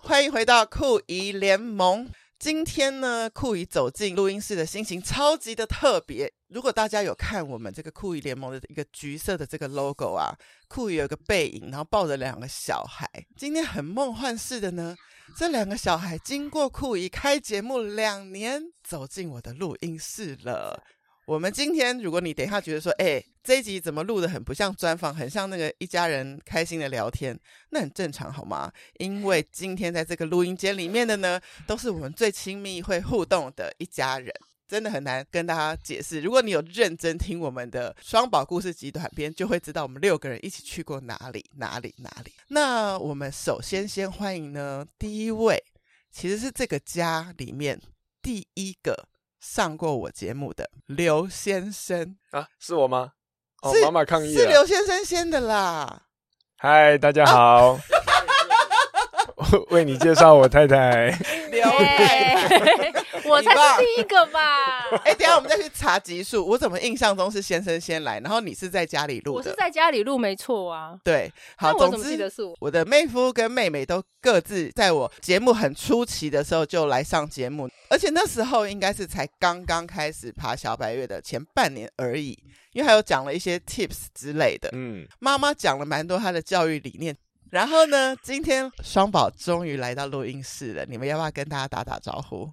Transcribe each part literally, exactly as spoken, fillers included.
欢迎回到酷姨联盟。今天呢，酷姨走进录音室的心情超级的特别。如果大家有看我们这个酷姨联盟的一个橘色的这个 logo 啊，酷姨有个背影，然后抱着两个小孩。今天很梦幻式的呢，这两个小孩经过酷姨开节目两年，走进我的录音室了。我们今天，如果你等一下觉得说，哎、欸，这一集怎么录得很不像专访，很像那个一家人开心的聊天，那很正常好吗？因为今天在这个录音间里面的呢，都是我们最亲密会互动的一家人，真的很难跟大家解释。如果你有认真听我们的双宝故事集短篇，就会知道我们六个人一起去过哪里哪里哪里。那我们首先先欢迎呢，第一位其实是这个家里面第一个上过我节目的刘先生啊。 是我吗？哦，妈妈抗议了， 是刘先生先的啦。 嗨，大家好、啊、为你介绍我太太刘太太我才是第一个吧。 哎、欸，等一下我们再去查集数，我怎么印象中是先生先来，然后你是在家里录的？ 我是在家里录，没错啊。 对，好， 我怎么记得是我？ 我的妹夫跟妹妹都各自在我节目很初期的时候就来上节目，而且那时候应该是才刚刚开始爬小百岳的前半年而已，因为还有讲了一些 tips 之类的。嗯，妈妈讲了蛮多她的教育理念。然后呢，今天双宝终于来到录音室了，你们要不要跟大家打打招呼？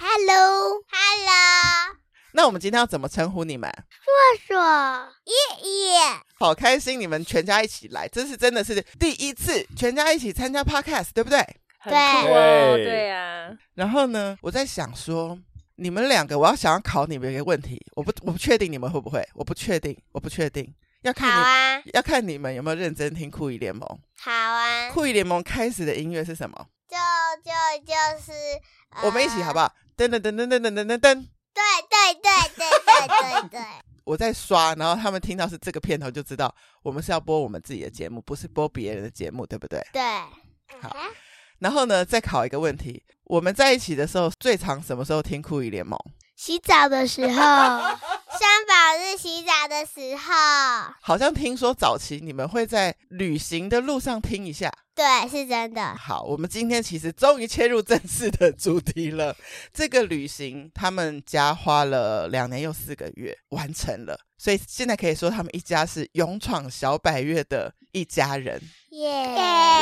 Hello Hello 那我们今天要怎么称呼你们？ 硕硕爷爷。 好开心你们全家一起来，这是真的是第一次全家一起参加 podcast 对不对？ 很酷哦，对啊。 然后呢，我在想说你们两个，我要想要考你们一个问题，我不我不确定你们会不会，我不确定我不确定要看你、 好啊、 要看你们有没有认真听酷姨联盟。 好啊。 酷姨联盟开始的音乐是什么？ 就就就是、 呃、我们一起好不好？噔噔噔噔噔噔噔噔噔。 对对对对对对对。 我在刷，然后他们听到是这个片头就知道我们是要播我们自己的节目，不是播别人的节目，对不对？ 对。 好，然后呢，再考一个问题，我们在一起的时候最常什么时候听酷姨联盟？ 洗澡的时候。三宝日洗澡的时候。 好像听说早期你们会在旅行的路上听一下。 对，是真的。 好，我们今天其实终于切入正式的主题了。这个旅行他们家花了两年又四个月完成了，所以现在可以说他们一家是勇闯小百岳的一家人。 耶、yeah.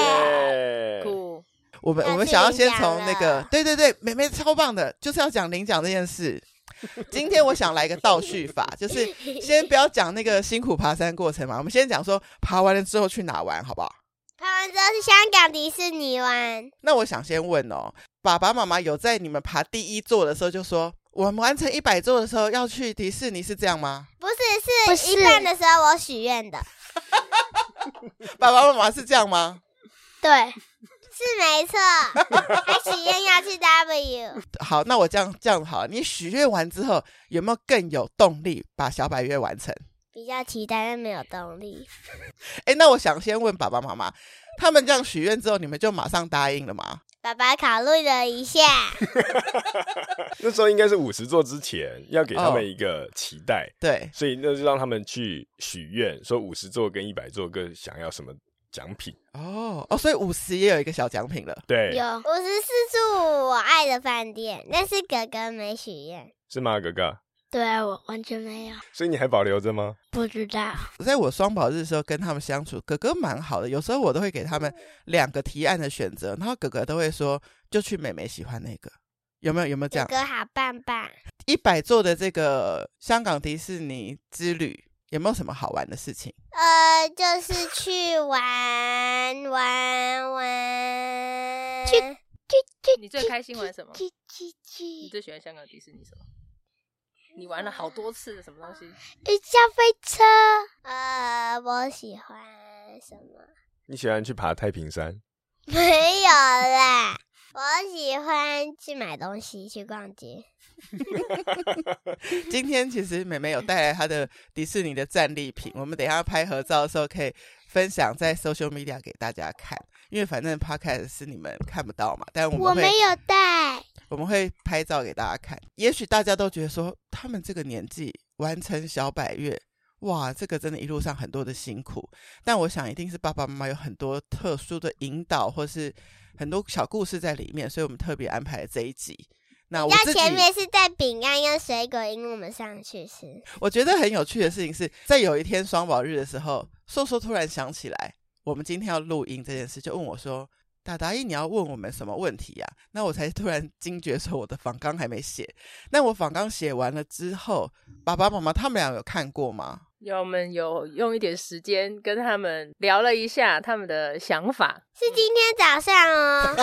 yeah. 酷。 我们我们想要先从那个，对对对，妹妹超棒的，就是要讲领奖这件事。今天我想来个倒叙法，就是先不要讲那个辛苦爬山过程嘛，我们先讲说爬完了之后去哪玩好不好？ 爬完之后是香港迪士尼玩。 那我想先问哦，爸爸妈妈有在你们爬第一座的时候就说我们完成一百座的时候要去迪士尼，是这样吗？ 不是，是一半的时候我许愿的。 爸爸妈妈是这样吗？ 对，是没错。还许愿要去 W。 好，那我这样这样好了，你许愿完之后有没有更有动力把小百岳完成？ 比较期待但没有动力。 哎，那我想先问爸爸妈妈，他们这样许愿之后你们就马上答应了吗？ 爸爸考虑了一下。 那时候应该是五十座之前要给他们一个期待、哦、 对， 所以那就让他们去许愿，说五十座跟一百座各想要什么奖品。 哦哦，所以五十也有一个小奖品了。 对， 有五十四住我爱的饭店，但是哥哥没许愿。 是吗，哥哥？ 对，我完全没有。 所以你还保留着吗？ 不知道。 在我双宝日的时候跟他们相处，哥哥蛮好的，有时候我都会给他们两个提案的选择，然后哥哥都会说就去妹妹喜欢那个。有没有有没有这样？ 哥哥好棒棒。 一百座的这个香港迪士尼之旅有没有什么好玩的事情？ 呃，就是去玩玩玩。去去去。 你最开心玩什么？ 去去去。 你最喜欢香港迪士尼什么？你玩了好多次的什么东西？ 云霄飞车。呃，我喜欢什么？ 你喜欢去爬太平山？ 没有啦，我喜欢去买东西，去逛街。 今天其实妹妹有带来她的迪士尼的战利品，我们等一下拍合照的时候可以分享在 social media 给大家看，因为反正 podcast 是你们看不到嘛，但我们会我没有带， 我们会拍照给大家看。也许大家都觉得说他们这个年纪完成小百岳，哇，这个真的一路上很多的辛苦，但我想一定是爸爸妈妈有很多特殊的引导或是很多小故事在里面，所以我们特别安排了这一集。那我自己前面是带饼干跟水果引我们上去吃。 我觉得很有趣的事情是在有一天双宝日的时候，硕硕突然想起来我们今天要录音这件事，就问我说达达姨你要问我们什么问题啊？那我才突然惊觉说我的访纲还没写。那我访纲写完了之后，爸爸妈妈他们俩有看过吗？ 有，我们有用一点时间跟他们聊了一下他们的想法。 是今天早上哦。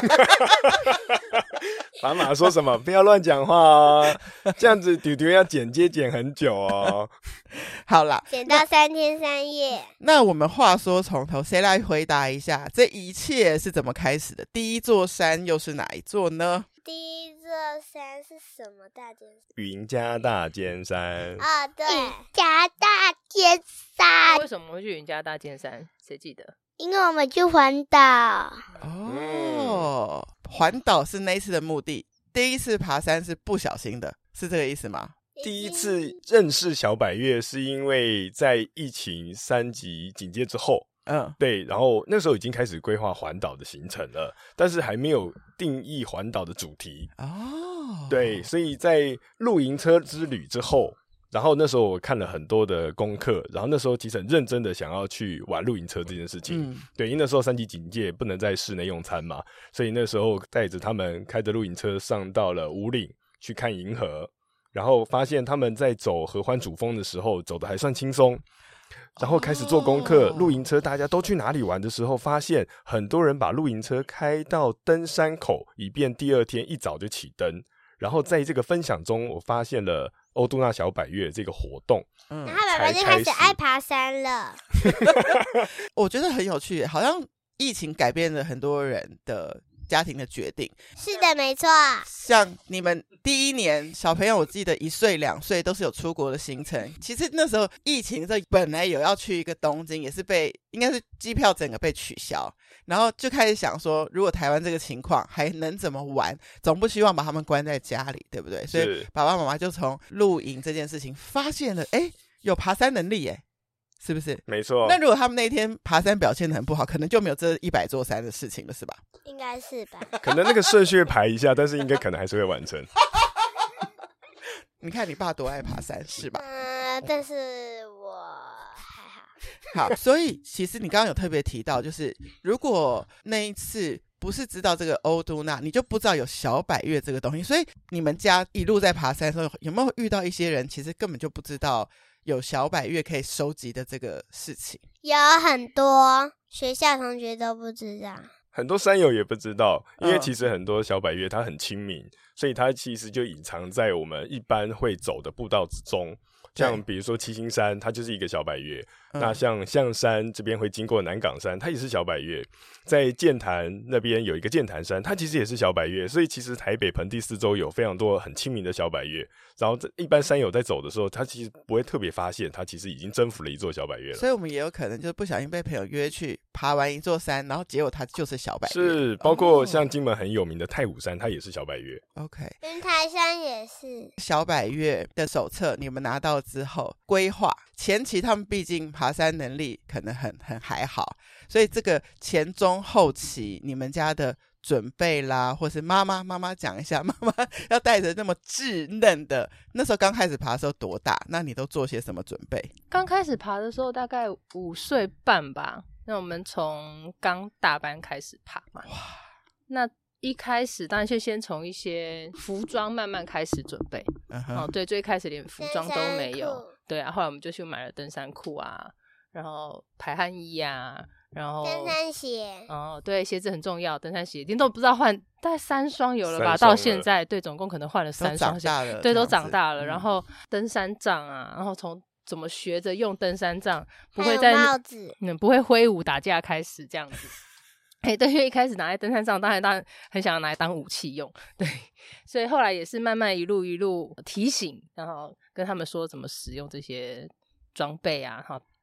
爸妈说什么不要乱讲话哦，这样子丢丢要剪接剪很久哦。 好啦， 剪到三天三夜。 那我们话说从头，谁来回答一下这一切是怎么开始的？第一座山又是哪一座呢？ 第一座山是什么大尖山？ 云嘉大尖山。 啊、哦，对，云嘉大尖山。 为什么会去云嘉大尖山？谁记得？ 因为我们去环岛。 哦，环岛是那一次的目的，第一次爬山是不小心的，是这个意思吗？ 第一次认识小百岳是因为在疫情三级警戒之后， 嗯， 对，然后那时候已经开始规划环岛的行程了，但是还没有定义环岛的主题。 哦， 对，所以在露营车之旅之后，然后那时候我看了很多的功课，然后那时候其实很认真的想要去玩露营车这件事情。嗯，对，因为那时候三级警戒不能在室内用餐嘛，所以那时候带着他们开着露营车上到了武岭去看银河，然后发现他们在走合欢主峰的时候走的还算轻松，然后开始做功课。露营车大家都去哪里玩的时候，发现很多人把露营车开到登山口，以便第二天一早就起登。然后在这个分享中，我发现了欧都纳小百岳这个活动， 嗯，然后爸爸就开始爱爬山了。 我觉得很有趣，好像疫情改变了很多人的家庭的决定。 是的，没错。 像你们第一年小朋友，我记得一岁两岁都是有出国的行程。其实那时候疫情这本来有要去一个东京，也是被应该是机票整个被取消，然后就开始想说，如果台湾这个情况还能怎么玩，总不希望把他们关在家里，对不对？所以爸爸妈妈就从露营这件事情发现了，哎，有爬山能力耶，是不是？ 没错。 那如果他们那天爬山表现得很不好，可能就没有这一百座山的事情了，是吧？ 应该是吧。 可能那个顺序排一下，但是应该可能还是会完成。 你看你爸多爱爬山，是吧？ 嗯、呃，但是我还好。好，所以其实你刚刚有特别提到，就是如果那一次不是知道这个欧都纳，你就不知道有小百岳这个东西。所以你们家一路在爬山的时候，有没有遇到一些人其实根本就不知道有小百岳可以收集的这个事情？ 有很多学校同学都不知道， 很多山友也不知道，因为其实很多小百岳它很亲民，所以它其实就隐藏在我们一般会走的步道之中。像比如说七星山，它就是一个小百岳。嗯、那像象山这边会经过南港山，它也是小百岳。在剑潭那边有一个剑潭山，它其实也是小百岳。所以其实台北盆地四周有非常多很亲民的小百岳。然后一般山友在走的时候，他其实不会特别发现，他其实已经征服了一座小百岳了。 所以我们也有可能就是不小心被朋友约去爬完一座山，然后结果它就是小百岳。 是，包括像金门很有名的太武山，它也是小百岳。 OK， 云台山也是。 小百岳的手册你们拿到之后，规划前期他们毕竟爬山能力可能很很还好，所以这个前中后期你们家的准备啦，或是妈妈妈妈讲一下，妈妈要带着那么稚嫩的，那时候刚开始爬的时候多大？那你都做些什么准备？ 刚开始爬的时候大概五岁半吧，那我们从刚大班开始爬嘛。哇，那一开始当然就先从一些服装慢慢开始准备。Uh-huh. 哦，对，最开始连服装都没有。对啊，后来我们就去买了登山裤啊，然后排汗衣啊，然后登山鞋。 哦，对，鞋子很重要，登山鞋一定都不知道换，大概三双有了吧？到现在，对，总共可能换了三双鞋，对，都长大了。嗯、然后登山杖啊，然后从怎么学着用登山杖，不会在帽子， 嗯，不会挥舞打架开始这样子。哎、欸，对，因为一开始拿在登山杖，当然当然很想要拿来当武器用，对，所以后来也是慢慢一路一路提醒，然后跟他们说怎么使用这些装备啊，哈，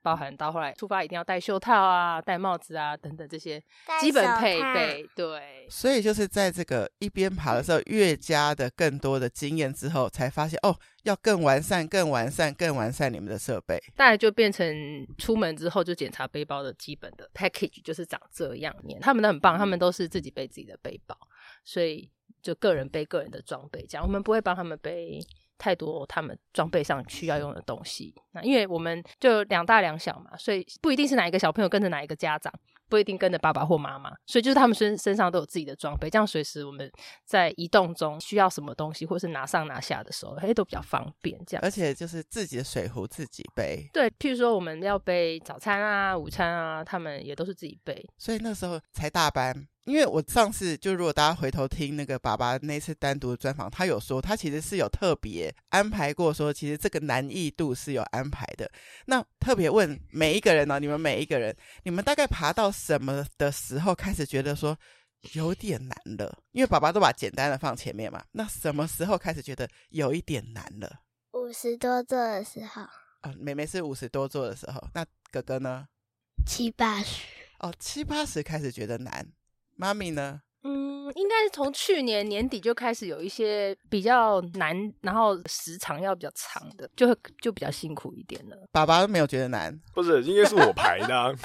包含到后来出发一定要戴袖套啊、戴帽子啊等等这些基本配备。对， 所以就是在这个一边爬的时候，越加的更多的经验之后，才发现哦，要更完善、更完善、更完善你们的设备。 大概就变成出门之后就检查背包的基本的 package 就是长这样。他们都很棒，他们都是自己背自己的背包，所以就个人背个人的装备这样，我们不会帮他们背太多他们装备上需要用的东西。那因为我们就两大两小嘛，所以不一定是哪一个小朋友跟着哪一个家长，不一定跟着爸爸或妈妈，所以就是他们身身上都有自己的装备，这样随时我们在移动中需要什么东西或是拿上拿下的时候嘿都比较方便这样。 而且就是自己的水壶自己背。 对，譬如说我们要背早餐啊午餐啊，他们也都是自己背。 所以那时候才大班，因为我上次就如果大家回头听那个爸爸那次单独的专访，他有说他其实是有特别安排过，说其实这个难易度是有安排的。那特别问每一个人呢、哦，你们每一个人，你们大概爬到什么的时候开始觉得说有点难了？因为爸爸都把简单的放前面嘛，那什么时候开始觉得有一点难了？ 五十多座的时候。 哦，妹妹是五十多座的时候，那哥哥呢？ 七八十。 哦，七八十开始觉得难。妈咪呢？ 嗯，应该是从去年年底就开始有一些比较难，然后时长要比较长的，就会就比较辛苦一点了。 爸爸都没有觉得难？ 不是，应该是我排的、啊，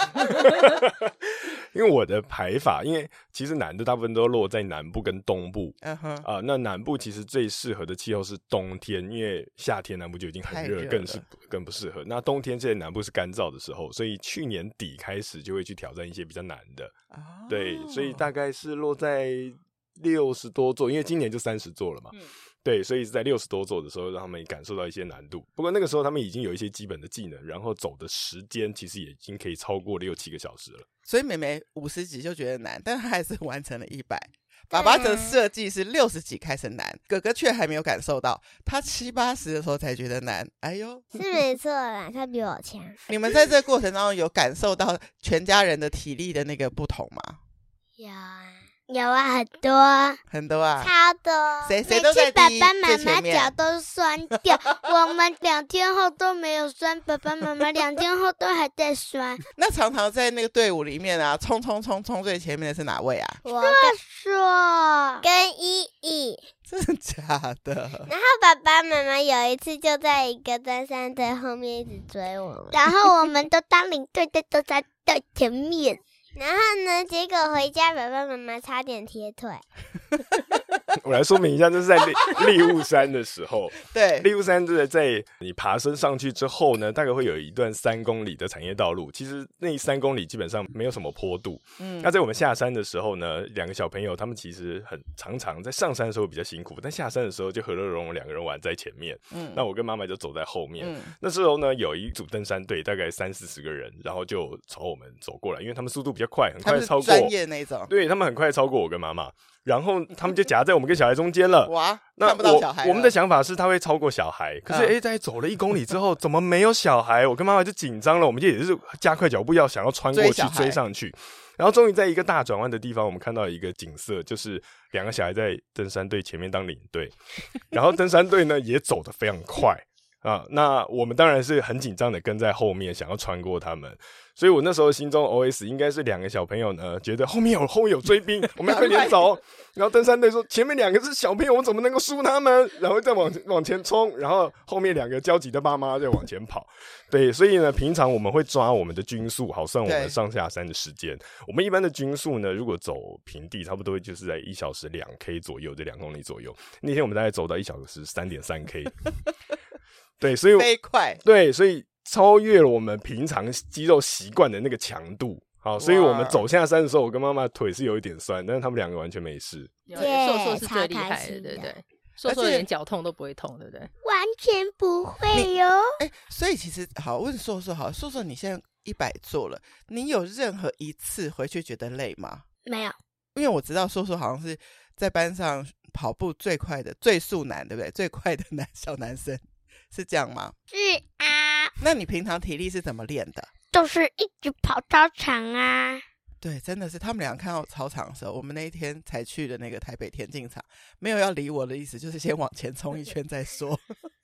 因为我的排法，因为其实难的大部分都落在南部跟东部。嗯哼，啊、呃，那南部其实最适合的气候是冬天，因为夏天南部就已经很热，更是更不适合。那冬天现在南部是干燥的时候，所以去年底开始就会去挑战一些比较难的。哦、对，所以大概是落在六十多座，因为今年就三十座了嘛。嗯，对，所以是在六十多座的时候，让他们感受到一些难度。不过那个时候他们已经有一些基本的技能，然后走的时间其实也已经可以超过六七个小时了。 所以妹妹五十几就觉得难，但她还是完成了一百。爸爸的设计是六十几开始难，哥哥却还没有感受到，他七八十的时候才觉得难。哎呦， 是没错啦，他比我强。 你们在这个过程当中有感受到全家人的体力的那个不同吗？ 有啊，有啊，很多很多啊， 超多。 谁谁都在第一， 爸爸妈妈脚都酸掉，我们两天后都没有酸，爸爸妈妈两天后都还在酸。 那常常在那个队伍里面啊，冲冲冲冲最前面的是哪位啊？ 我跟硕跟依依。 真的假的？ 然后爸爸妈妈有一次就在一个登山队后面一直追我们，然后我们都当领队的都在队前面。然后呢，结果回家爸爸妈妈差点贴腿。 我来说明一下，这是在立雾山的时候。 对， 立雾山是在你爬升上去之后呢，大概会有一段三公里的产业道路。其实那三公里基本上没有什么坡度。嗯，那在我们下山的时候呢，两个小朋友他们其实很常常在上山的时候比较辛苦，但下山的时候就和乐融融两个人玩在前面。嗯，那我跟妈妈就走在后面。嗯，那时候呢，有一组登山队，大概三四十个人，然后就朝我们走过来，因为他们速度比较快，很快超过， 专业那种。 对，他们很快超过我跟妈妈。然后他们就夹在我们跟小孩中间了。 哇， 那看不到小孩了。 我们的想法是他会超过小孩，可是哎、嗯，在走了一公里之后，怎么没有小孩？我跟妈妈就紧张了，我们就也是加快脚步，要想要穿过去 追, 追上去。然后终于在一个大转弯的地方，我们看到一个景色，就是两个小孩在登山队前面当领队，然后登山队呢也走得非常快。啊，那我们当然是很紧张的跟在后面，想要穿过他们。所以我那时候心中 O S 应该是两个小朋友呢，觉得后面有后面有追兵，我们要快点走。然后登山队说前面两个是小朋友，我怎么能够输他们？然后再往往前冲，然后后面两个焦急的爸妈再往前跑。对，所以呢，平常我们会抓我们的均速，好算我们上下山的时间。我们一般的均速呢，如果走平地，差不多就是在一小时两 K 左右，这两公里左右。那天我们大概走到一小时三点三 K。对，所以飞快， 对，所以超越了我们平常肌肉习惯的那个强度。好，所以我们走下山的时候，我跟妈妈腿是有一点酸，但是他们两个完全没事。 硕硕是最厉害的，对不对？硕硕连脚痛都不会痛，对不对？ 完全不会哟。 哎，所以其实好问硕硕，好，硕硕你现在一百做了，你有任何一次回去觉得累吗？ 没有， 因为我知道硕硕好像是在班上跑步最快的、最速男，对不对？最快的男小男生。是这样吗？ 是啊。 那你平常体力是怎么练的？ 就是一直跑操场啊。 对，真的是他们俩看到操场的时候，我们那一天才去的那个台北田径场，没有要理我的意思，就是先往前冲一圈再说。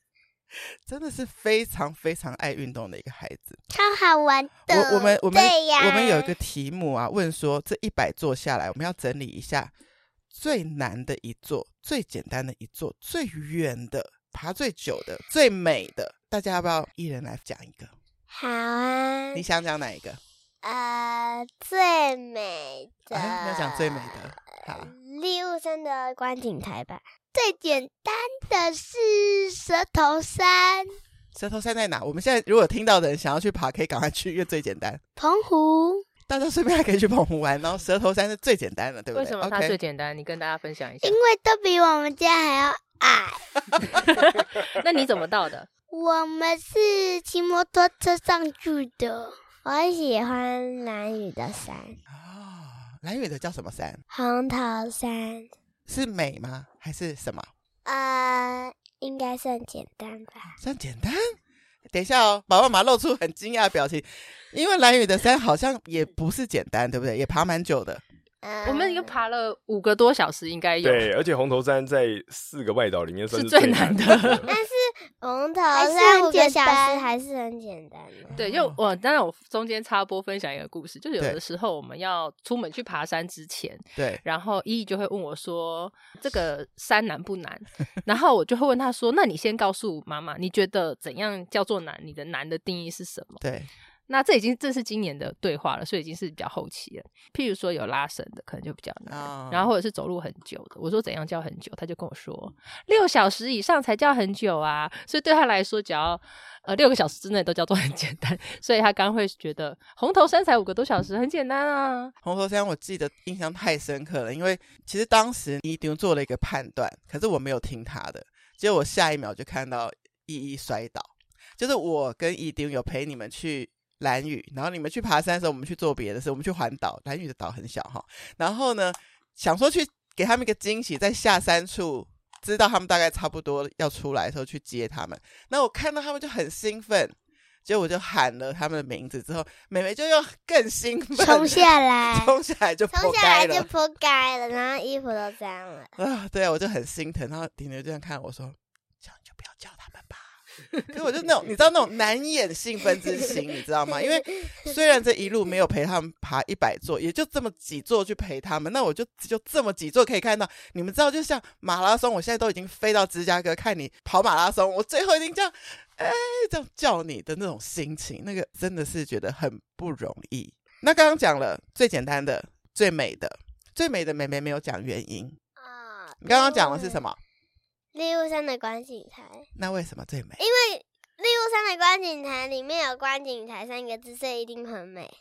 真的是非常非常爱运动的一个孩子， 超好玩的。 我我们我们对呀， 我们有一个题目啊，问说这一百座下来，我们要整理一下最难的一座、最简单的一座、最远的、爬最久的、最美的，大家要不要一人来讲一个？ 好啊。 你想讲哪一个？ 呃，最美的， 啊、你要讲最美的。好， 利物山的观景台吧。最简单的是蛇头山。 蛇头山在哪？我们现在如果听到的人想要去爬，可以赶快去，因为最简单。 澎湖， 大家顺便还可以去澎湖玩，然后蛇头山是最简单的，对不对？ 为什么它 okay 最简单？你跟大家分享一下。 因为都比我们家还要矮。 那你怎么到的？ 我们是骑摩托车上去的。我很喜欢兰屿的山。 哦，兰屿的叫什么山？ 红头山。 是美吗？还是什么？ 呃，应该算简单吧。 算简单？等一下哦，宝宝妈露出很惊讶的表情，因为兰屿的山好像也不是简单，对不对？也爬蛮久的。 呃、 我们已经爬了五个多小时，应该有。 对，而且红头山在四个外岛里面算是最最难的。 但是红头山五个小时还是很简单的。 对，就我当然我中间插播分享一个故事，就有的时候我们要出门去爬山之前， 对， 然后依依就会问我说这个山难不难，然后我就会问他说那你先告诉妈妈你觉得怎样叫做难，你的难的定义是什么？ 对， 那这已经这是今年的对话了，所以已经是比较后期了。譬如说有拉绳的可能就比较难、哦、然后或者是走路很久的，我说怎样叫很久，他就跟我说六小时以上才叫很久啊，所以对他来说只要呃六个小时之内都叫做很简单，所以他刚会觉得红头山才五个多小时很简单啊。 红头山我记得印象太深刻了，因为其实当时一定做了一个判断，可是我没有听他的，结果我下一秒就看到依依摔倒，就是我跟一丁有陪你们去兰屿，然后你们去爬山的时候我们去做别的事，我们去环岛，兰屿的岛很小哈，然后呢想说去给他们一个惊喜，在下山处知道他们大概差不多要出来的时候去接他们，那我看到他们就很兴奋，结果我就喊了他们的名字之后，妹妹就又更兴奋冲下来冲下来就冲破下来盖了就破盖了，然后衣服都脏了啊！对啊，我就很心疼，然后婷婷就这样看我说，这样就不要叫他们吧。可是我就那种你知道那种难掩兴奋之心你知道吗？因为虽然这一路没有陪他们爬一百座，也就这么几座去陪他们，那我就就这么几座可以看到，你们知道就像马拉松，我现在都已经飞到芝加哥看你跑马拉松，我最后一定这样哎这样叫你的那种心情，那个真的是觉得很不容易。那刚刚讲了最简单的最美的最美的妹妹没有讲原因啊，你刚刚讲的是什么？ 利物山的观景台。 那为什么最美？ 因为利物山的观景台里面有观景台三个字，所以一定很美。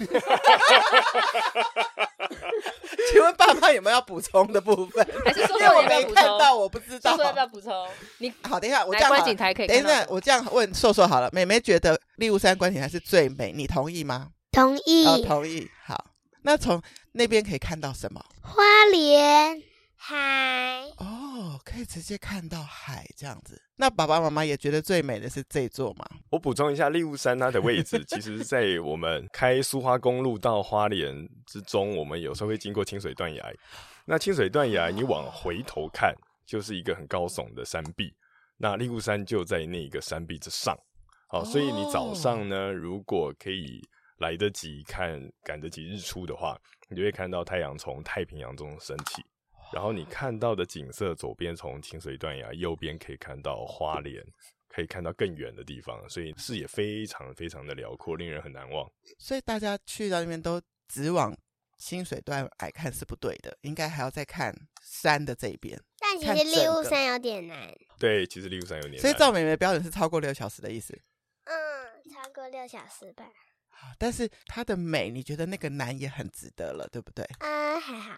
请问爸爸有没有要补充的部分？ 还是说因为我没看到，我不知道。 说要不要补充？你好，等一下，我这样观景台可以看到。 等一下，我这样问硕硕好了。妹妹觉得利物山观景台是最美，你同意吗？ 同意。 哦，同意。好，那从那边可以看到什么？ 花莲。海哦，可以直接看到海这样子。那爸爸妈妈也觉得最美的是这座吗？ 我补充一下，利物山它的位置其实在我们开苏花公路到花莲之中，我们有时候会经过清水断崖。那清水断崖你往回头看就是一个很高耸的山壁，那利物山就在那个山壁之上。好，所以你早上呢如果可以来得及看赶得及日出的话，你就会看到太阳从太平洋中升起，然后你看到的景色，左边从清水断崖，右边可以看到花莲，可以看到更远的地方，所以视野非常非常的辽阔，令人很难忘。 所以大家去到那边都只往清水断崖看是不对的，应该还要再看山的这一边。 但其实利物山有点难。 对，其实利物山有点难。 所以赵妹妹的标准是超过六小时的意思。 嗯，超过六小时吧。 但是它的美，你觉得那个难也很值得了，对不对？ 啊、呃，还好。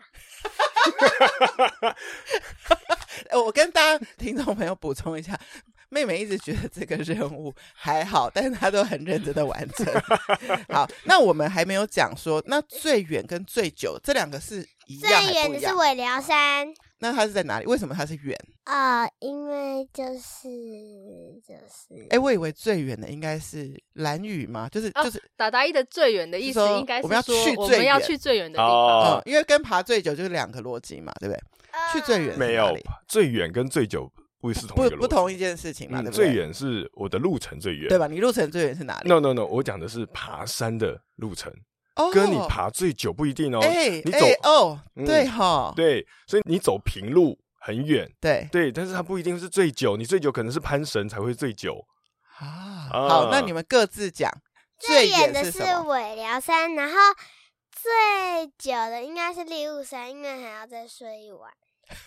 我跟大家听众朋友补充一下，妹妹一直觉得这个任务还好，但是她都很认真的完成。好，那我们还没有讲说，那最远跟最久这两个是一样还不一样？ 最远的是尾寮山。 那它是在哪里？为什么它是远？ 啊、呃，因为就是就是， 哎，我以为最远的应该是兰屿嘛，就是、哦、就是达达一的最远的意思应该是说我们要去最远， 我们要去最远的地方， 哦嗯，因为跟爬最久就是两个逻辑嘛，对不对？呃、去最远没有最远跟最久不是同一个不不同一件事情嘛、嗯、对不对？ 最远是我的路程最远， 对吧？你路程最远是哪里 ？No No No， 我讲的是爬山的路程。哦、跟你爬最久不一定哦， 欸、 你走、 欸、哦， 嗯、 对哈， 对，所以你走平路很远， 对对，但是它不一定是最久，你最久可能是攀绳才会最久啊。好，那你们各自讲， 最远的是尾寮山，然后最久的应该是猎物山，因为还要再睡一晚。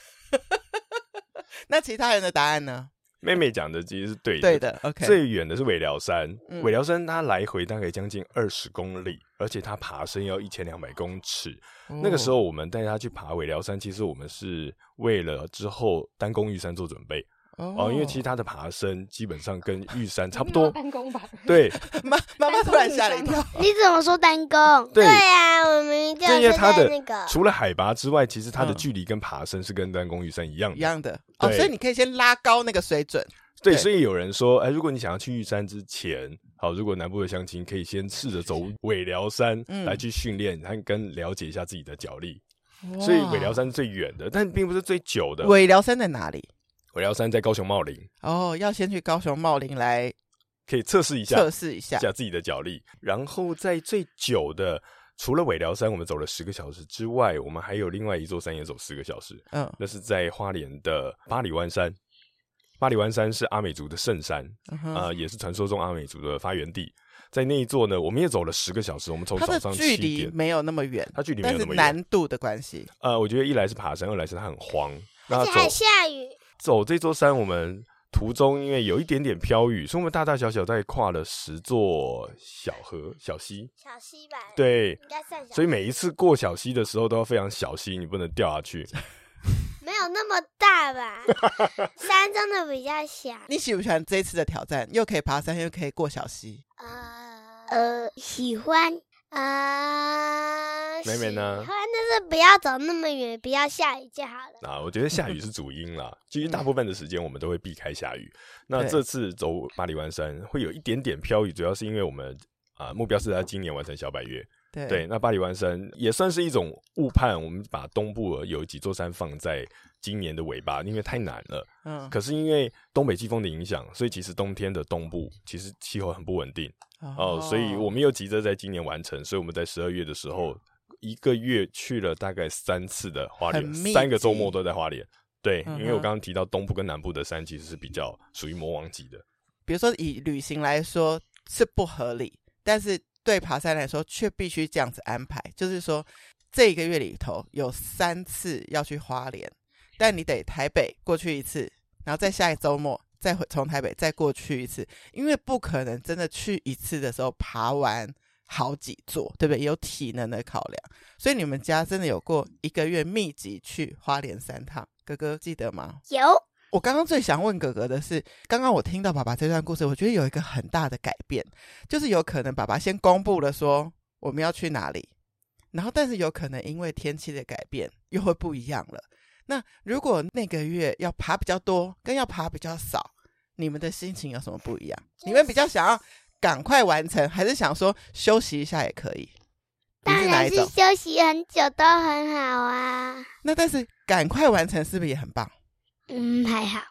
那其他人的答案呢？ 妹妹讲的其实是对的， 对的。OK， 最远的是尾寮山， 嗯、 尾寮山它来回大概将近二十公里，而且它爬升要一千两百公尺、哦。那个时候我们带他去爬尾寮山，其实我们是为了之后单攻玉山做准备。哦, 哦，因为其实它的爬升基本上跟玉山差不多。 单攻吧？ 对， 妈妈妈突然吓了一跳。 你怎么说单攻？对啊，我们一定要在那个。 除了海拔之外，其实它的距离跟爬升是跟单攻玉山一样的。 一样的哦，所以你可以先拉高那个水准。 对，所以有人说，哎，如果你想要去玉山之前，好，如果南部的乡亲可以先试着走尾寮山、嗯、来去训练，和跟了解一下自己的脚力。所以尾寮山是最远的，但并不是最久的。 尾寮山在哪里？ 尾寮山在高雄茂林。 哦，要先去高雄茂林来可以测试一下， 测试一下下自己的脚力。然后在最久的，除了尾寮山我们走了十个小时之外，我们还有另外一座山也走十个小时。嗯，那是在花莲的八里湾山。八里湾山是阿美族的圣山，嗯呃、也是传说中阿美族的发源地。在那一座呢，我们也走了十个小时。我们从早上七点， 它的距离没有那么远， 它距离没有那么远， 但是难度的关系。 呃，我觉得一来是爬山，二来是它很荒， 而且还下雨。 走这座山，我们途中因为有一点点飘雨，所以我们大大小小大概跨了十座小河、小溪。 小溪吧？ 对， 应该算小溪。 所以每一次过小溪的时候都要非常小心，你不能掉下去。 没有那么大吧，山真的比较小。 你喜不喜欢这一次的挑战？又可以爬山，又可以过小溪。 呃呃，喜欢啊。 妹妹呢？ 喜欢，但是不要走那么远，不要下雨就好了。 啊，我觉得下雨是主因啦。其实大部分的时间我们都会避开下雨。那这次走八里湾山会有一点点飘雨，主要是因为我们啊、呃、目标是在今年完成小百岳。 对, 对，那八里湾山也算是一种误判，我们把东部有几座山放在今年的尾巴，因为太难了。嗯，可是因为东北季风的影响，所以其实冬天的东部其实气候很不稳定哦、呃，所以我们又急着在今年完成，所以我们在十二月的时候一个月去了大概三次的花莲，三个周末都在花莲。对、嗯，因为我刚刚提到东部跟南部的山其实是比较属于魔王级的， 比如说以旅行来说是不合理，但是对爬山来说却必须这样子安排，就是说这一个月里头有三次要去花莲，但你得台北过去一次，然后再下一周末再从台北再过去一次，因为不可能真的去一次的时候爬完好几座，对不对？有体能的考量，所以你们家真的有过一个月密集去花莲三趟，哥哥记得吗？ 有。 我刚刚最想问哥哥的是，刚刚我听到爸爸这段故事，我觉得有一个很大的改变，就是有可能爸爸先公布了说我们要去哪里，然后但是有可能因为天气的改变又会不一样了。那如果那个月要爬比较多跟要爬比较少，你们的心情有什么不一样？你们比较想要赶快完成，还是想说休息一下也可以？ 当然是休息很久都很好啊。 那但是赶快完成是不是也很棒？ 嗯，还好。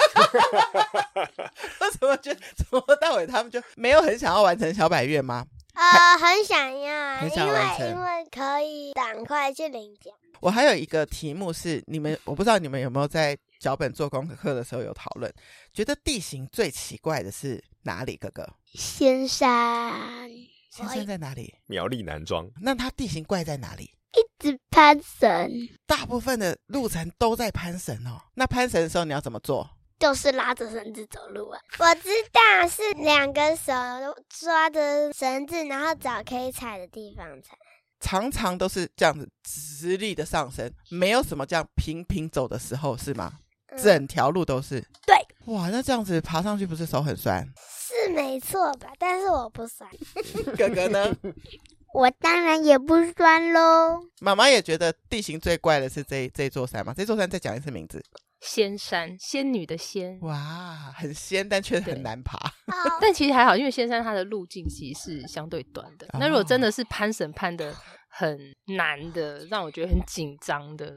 我怎么觉得从头到尾他们就没有很想要完成小百岳吗？ 呃，很想要， 很想完成， 因为因为可以赶快去领奖。 我还有一个题目是，你们我不知道你们有没有在脚本做功课的时候有讨论，觉得地形最奇怪的是哪里？哥哥， 仙山。 仙山在哪里？ 苗栗南庄。 那它地形怪在哪里？ 一直攀绳， 大部分的路程都在攀绳哦。那攀绳的时候你要怎么做？ 就是拉着绳子走路啊。我知道是两个手抓着绳子，然后找可以踩的地方踩。 常常都是这样子直立的上升，没有什么这样平平走的时候是吗？嗯、整条路都是。 对。 哇，那这样子爬上去不是手很酸？ 是没错吧，但是我不酸。 哥哥呢？ 我当然也不酸咯。 妈妈也觉得地形最怪的是这这座山吗？这座山再讲一次名字。 仙山，仙女的仙。 哇，很仙，但却很难爬。 但其实还好，因为仙山它的路径其实是相对短的。哦、那如果真的是攀绳攀的很难的，让我觉得很紧张的，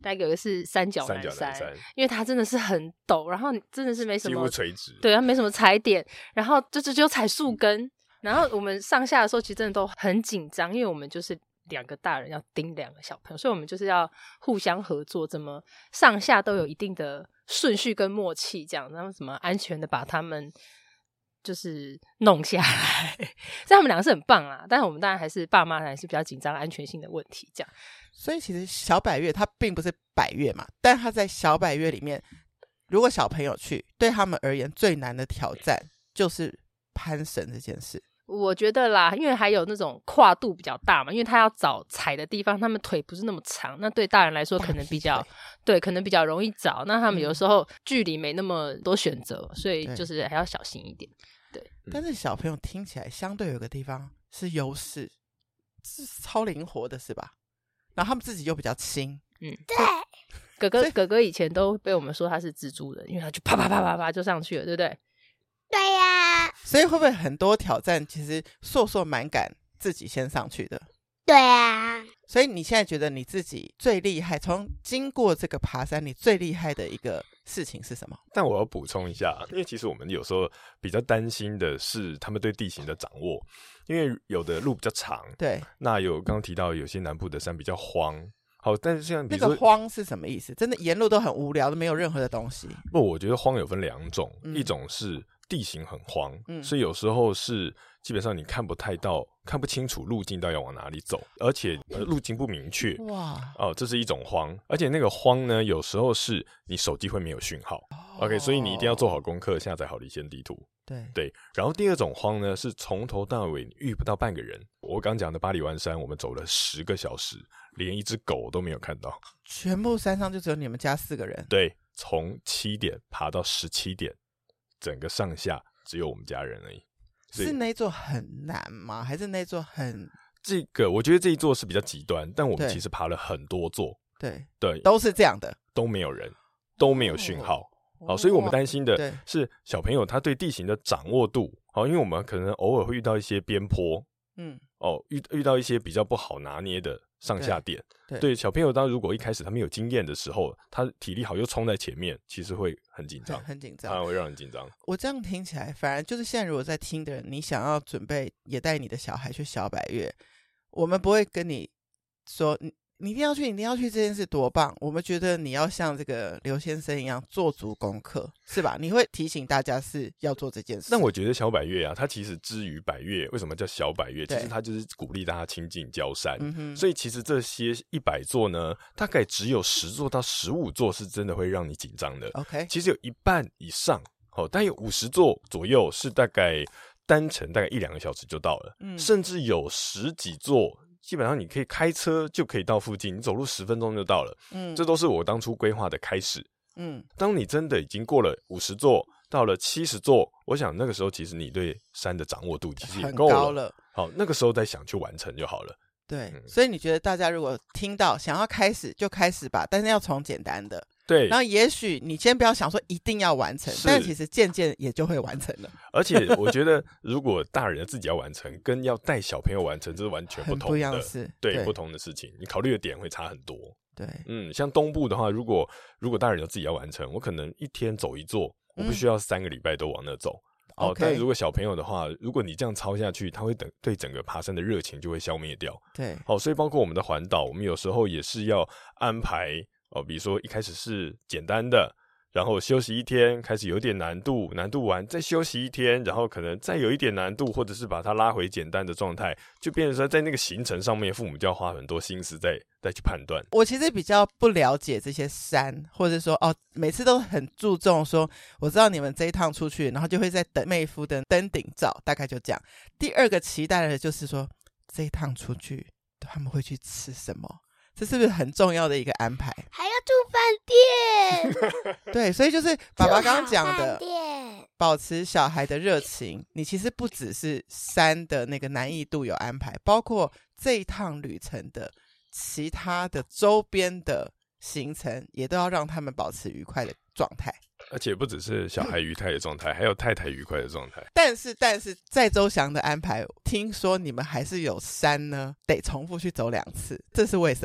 那个是三角南 山, 三角南山因为它真的是很陡，然后真的是没什么几乎垂直， 对，它没什么踩点，然后就只有踩树根，然后我们上下的时候其实真的都很紧张，因为我们就是两个大人要盯两个小朋友，所以我们就是要互相合作，怎么上下都有一定的顺序跟默契，这样然后怎么安全的把他们就是弄下来所以他们两个是很棒啦，但是我们当然还是爸妈还是比较紧张安全性的问题这样。 所以其实小百岳它并不是百岳嘛，但它在小百岳里面，如果小朋友去，对他们而言最难的挑战就是攀绳这件事。 我觉得啦，因为还有那种跨度比较大嘛，因为他要找踩的地方，他们腿不是那么长，那对大人来说可能比较对，可能比较容易找，那他们有时候距离没那么多选择、嗯、所以就是还要小心一点。对， 但是小朋友听起来相对有个地方是优势，是超灵活的是吧？然后他们自己又比较轻。 嗯，对，哥哥哥哥以前都被我们说他是蜘蛛人，因为他就啪啪啪啪啪就上去了，对不对？ 对呀、啊， 所以会不会很多挑战其实硕硕蛮敢自己先上去的？ 对啊， 所以你现在觉得你自己最厉害，从经过这个爬山你最厉害的一个事情是什么？ 但我要补充一下，因为其实我们有时候比较担心的是他们对地形的掌握，因为有的路比较长， 对， 那有刚刚提到有些南部的山比较荒，好，但是像比如说那个荒是什么意思？真的沿路都很无聊，都没有任何的东西？ 不，我觉得荒有分两种、嗯、一种是地形很荒、嗯、所以有时候是基本上你看不太到看不清楚路径到底要往哪里走，而且、呃、路径不明确。哇哦，这是一种荒，而且那个荒呢有时候是你手机会没有讯号、哦、OK， 所以你一定要做好功课，下载好离线地图。 对对，然后第二种荒呢是从头到尾遇不到半个人。我刚讲的八里湾山我们走了十个小时，连一只狗都没有看到， 全部山上就只有你们家四个人。 对，从七点爬到十七点，整个上下只有我们家人而已。 是那一座很难吗？还是那一座很…… 这个我觉得这一座是比较极端，但我们其实爬了很多座， 对对， 都是这样的， 都没有人，都没有讯号。哦、好，所以我们担心的是小朋友他对地形的掌握度。好，因为我们可能偶尔会遇到一些边坡，嗯，哦，遇遇到一些比较不好拿捏的上下点。对，对小朋友当如果一开始他没有经验的时候，他体力好又冲在前面，其实会很紧张， 很紧张， 啊，会让人紧张。我这样听起来，反而就是现在如果在听的人，你想要准备也带你的小孩去小百岳，我们不会跟你说你你一定要去，你一定要去，这件事多棒。我们觉得你要像这个刘先生一样做足功课，是吧？你会提醒大家是要做这件事。 但我觉得小百岳啊，它其实之于百岳，为什么叫小百岳？其实它就是鼓励大家亲近郊山、嗯、所以其实这些一百座呢，大概只有十座到十五座是真的会让你紧张的。 OK， 其实有一半以上，哦，但有五十座左右是大概单程大概一两个小时就到了，嗯、甚至有十几座。基本上你可以开车就可以到附近，你走路十分钟就到了。嗯，这都是我当初规划的开始。嗯，当你真的已经过了五十座，到了七十座，我想那个时候其实你对山的掌握度其实也够了。 很高了。 好，那个时候再想去完成就好了。 对、嗯，所以你觉得大家如果听到想要开始就开始吧，但是要从简单的。 对， 然后也许你先不要想说一定要完成，但其实渐渐也就会完成了。 而且我觉得，如果大人自己要完成，跟要带小朋友完成，这是完全不同的， 很不一样的事， 对， 对， 不同的事情，你考虑的点会差很多。 对， 嗯，像东部的话，如果如果大人有自己要完成，我可能一天走一座，我不需要三个礼拜都往那走。哦、 okay 但如果小朋友的话，如果你这样操下去，他会等对整个爬山的热情就会消灭掉。 对， 好、哦，所以包括我们的环岛，我们有时候也是要安排。哦，比如说一开始是简单的，然后休息一天，开始有点难度，难度完再休息一天，然后可能再有一点难度，或者是把它拉回简单的状态，就变成说在那个行程上面，父母就要花很多心思再再去判断。 我其实比较不了解这些山，或者说哦，每次都很注重说，我知道你们这一趟出去，然后就会在等妹夫的登顶照，大概就这样。第二个期待的就是说，这一趟出去他们会去吃什么？这是不是很重要的一个安排？ 还要住饭店。 对，所以就是爸爸刚刚讲的，保持小孩的热情。你其实不只是山的那个难易度有安排，包括这一趟旅程的其他的周边的行程，也都要让他们保持愉快的状态。 而且不只是小孩愉快的状态，还有太太愉快的状态。 但是，但是在周翔的安排，听说你们还是有山呢，得重复去走两次，这是为什么？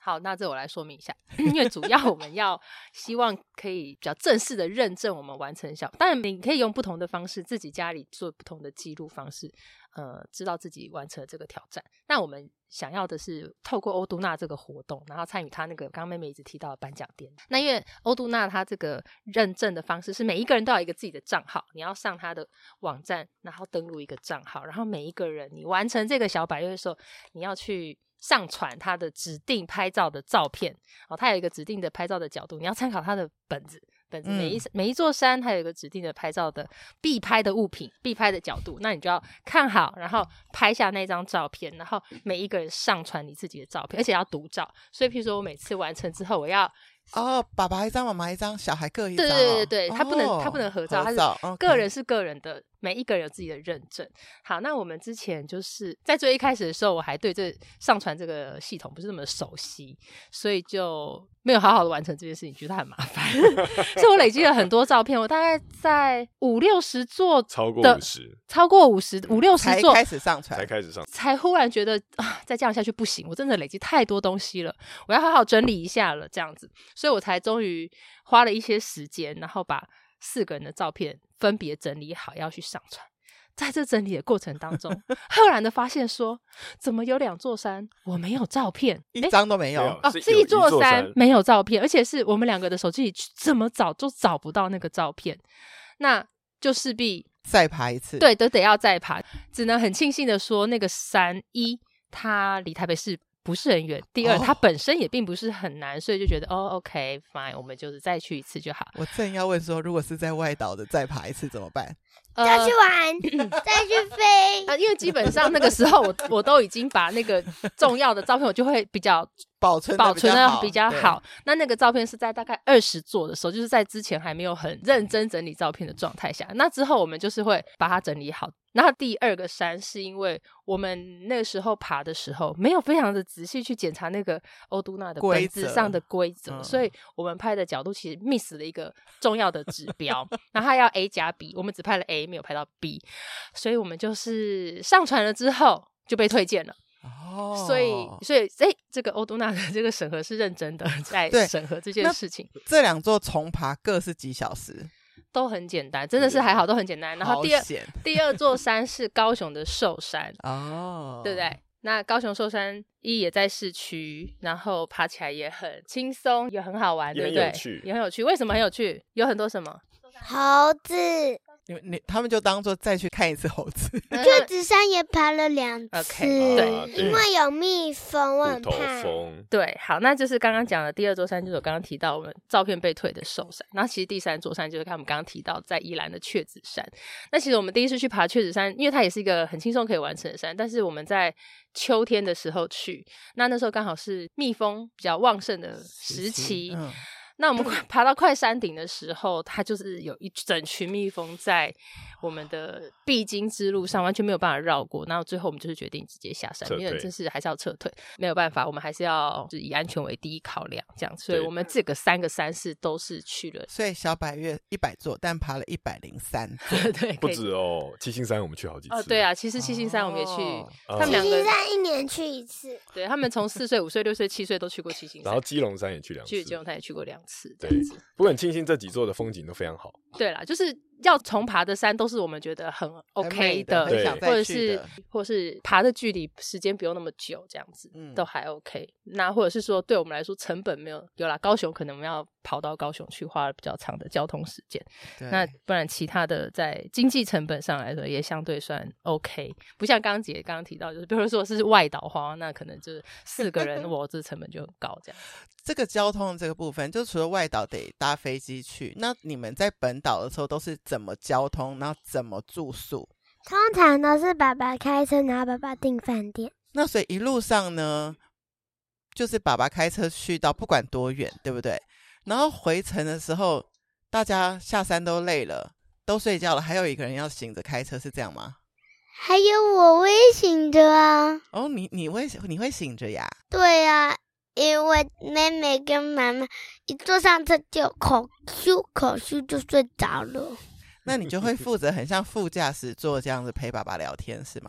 好，那这我来说明一下，因为主要我们要希望可以比较正式的认证我们完成小，当然你可以用不同的方式，自己家里做不同的记录方式，呃，知道自己完成了这个挑战。那我们想要的是透过欧都娜这个活动，然后参与他那个刚刚妹妹一直提到的颁奖典礼。那因为欧都娜他这个认证的方式是每一个人都有一个自己的账号，你要上他的网站，然后登录一个账号，然后每一个人你完成这个小百岳的时候，你要去上传他的指定拍照的照片哦，他有一个指定的拍照的角度，你要参考他的本子。本子每一、嗯、每一座山它有一个指定的拍照的必拍的物品，必拍的角度，那你就要看好，然后拍下那张照片，然后每一个人上传你自己的照片，而且要独照。所以譬如说我每次完成之后，我要哦，爸爸一张，妈妈一张，小孩各一张、哦。 对对对对，他不能、哦、他不能合照， 合照他是个人是个人的， okay. 每一个人有自己的认证。好，那我们之前就是在最一开始的时候，我还对这上传这个系统不是那么熟悉，所以就没有好好的完成这件事情，觉得它很麻烦。所以我累积了很多照片，我大概在五六十座的， 超过五十， 超过五十五六十座才开始上传， 才开始上传， 才忽然觉得啊，再这样下去不行，我真的累积太多东西了，我要好好整理一下了，这样子，所以我才终于花了一些时间，然后把四个人的照片分别整理好，要去上传。在这整理的过程当中，赫然的发现说，怎么有两座山我没有照片， 一张都没有哦，是一座山没有照片，而且是我们两个的手机里怎么找都找不到那个照片，那就势必再爬一次， 对，都得要再爬。只能很庆幸的说，那个山一它离台北市不是很远，第二、哦、它本身也并不是很难，所以就觉得哦 OK fine， 我们就是再去一次就好。 我正要问说，如果是在外岛的再爬一次怎么办？ 再去玩、呃、再去飞、 啊、因为基本上那个时候我我都已经把那个重要的照片我就会比较保存保存的比较好，那那个照片是在大概二十座的时候，就是在之前还没有很认真整理照片的状态下，那之后我们就是会把它整理好。然后第二个山是因为我们那个时候爬的时候没有非常的仔细去检查那个欧都娜的本子上的规则、嗯、所以我们拍的角度其实 miss 了一个重要的指标然后它要 A 加 B， 我们只拍了 A 没有拍到 B， 所以我们就是上传了之后就被推荐了哦，所以所以哎，这个欧都娜的这个审核是认真的在审核这件事情。 这两座重爬各是几小时？ 都很简单，真的是还好，都很简单。然后第二第二座山是高雄的寿山哦，对不对？那高雄寿山一也在市区，然后爬起来也很轻松，也很好玩，对不对？也很有趣。为什么很有趣？有很多什么猴子。 你你他们就当作再去看一次猴子。 雀子山也爬了两次， okay, 对， 因为有蜜蜂，我很怕。 对，好，那就是刚刚讲的第二座山，就是我刚刚提到我们照片被退的寿山。然后其实第三座山就是看我们刚刚提到在宜兰的雀子山。那其实我们第一次去爬雀子山，因为它也是一个很轻松可以完成的山，但是我们在秋天的时候去，那那时候刚好是蜜蜂比较旺盛的时期。嗯，那我们爬到快山顶的时候，它就是有一整群蜜蜂在我们的必经之路上，完全没有办法绕过。然后最后我们就是决定直接下山，因为真是还是要撤退，没有办法，我们还是要就是以安全为第一考量，这样。所以我们这个三个山市都是去了。 所以小百岳一百座，但爬了一百零三， 对， 不止哦。七星山我们去好几次。 哦，对啊，其实七星山我们也去， 哦、 他们两个七星山一年去一次。 对，他们从四岁、五岁、六岁、七岁都去过七星山， 然后基隆山也去两次， 去基隆山也去过两次。 对，不过很庆幸这几座的风景都非常好。 对啦，就是要重爬的山都是我们觉得很 OK 的， 很想再去的， 或者是或是爬的距离时间不用那么久，这样子、嗯、都还 OK。那或者是说对我们来说成本没有有啦，高雄可能我们要跑到高雄去，花了比较长的交通时间。那不然其他的在经济成本上来说也相对算 OK， 不像刚刚姐刚刚提到，就是比如说是外岛花，那可能就是四个人我这成本就很高这样。 这个交通这个部分，就除了外岛得搭飞机去，那你们在本岛的时候都是怎么交通，然后怎么住宿？ 通常都是爸爸开车，然后爸爸订饭店。 那所以一路上呢，就是爸爸开车去到不管多远，对不对？然后回程的时候，大家下山都累了，都睡觉了，还有一个人要醒着开车，是这样吗？ 还有我我也醒着啊。 哦，你你会你会醒着呀？ 对呀、啊。因为妹妹跟妈妈一坐上车就口咻口咻就睡着了。 那你就会负责很像副驾驶座这样子陪爸爸聊天是吗？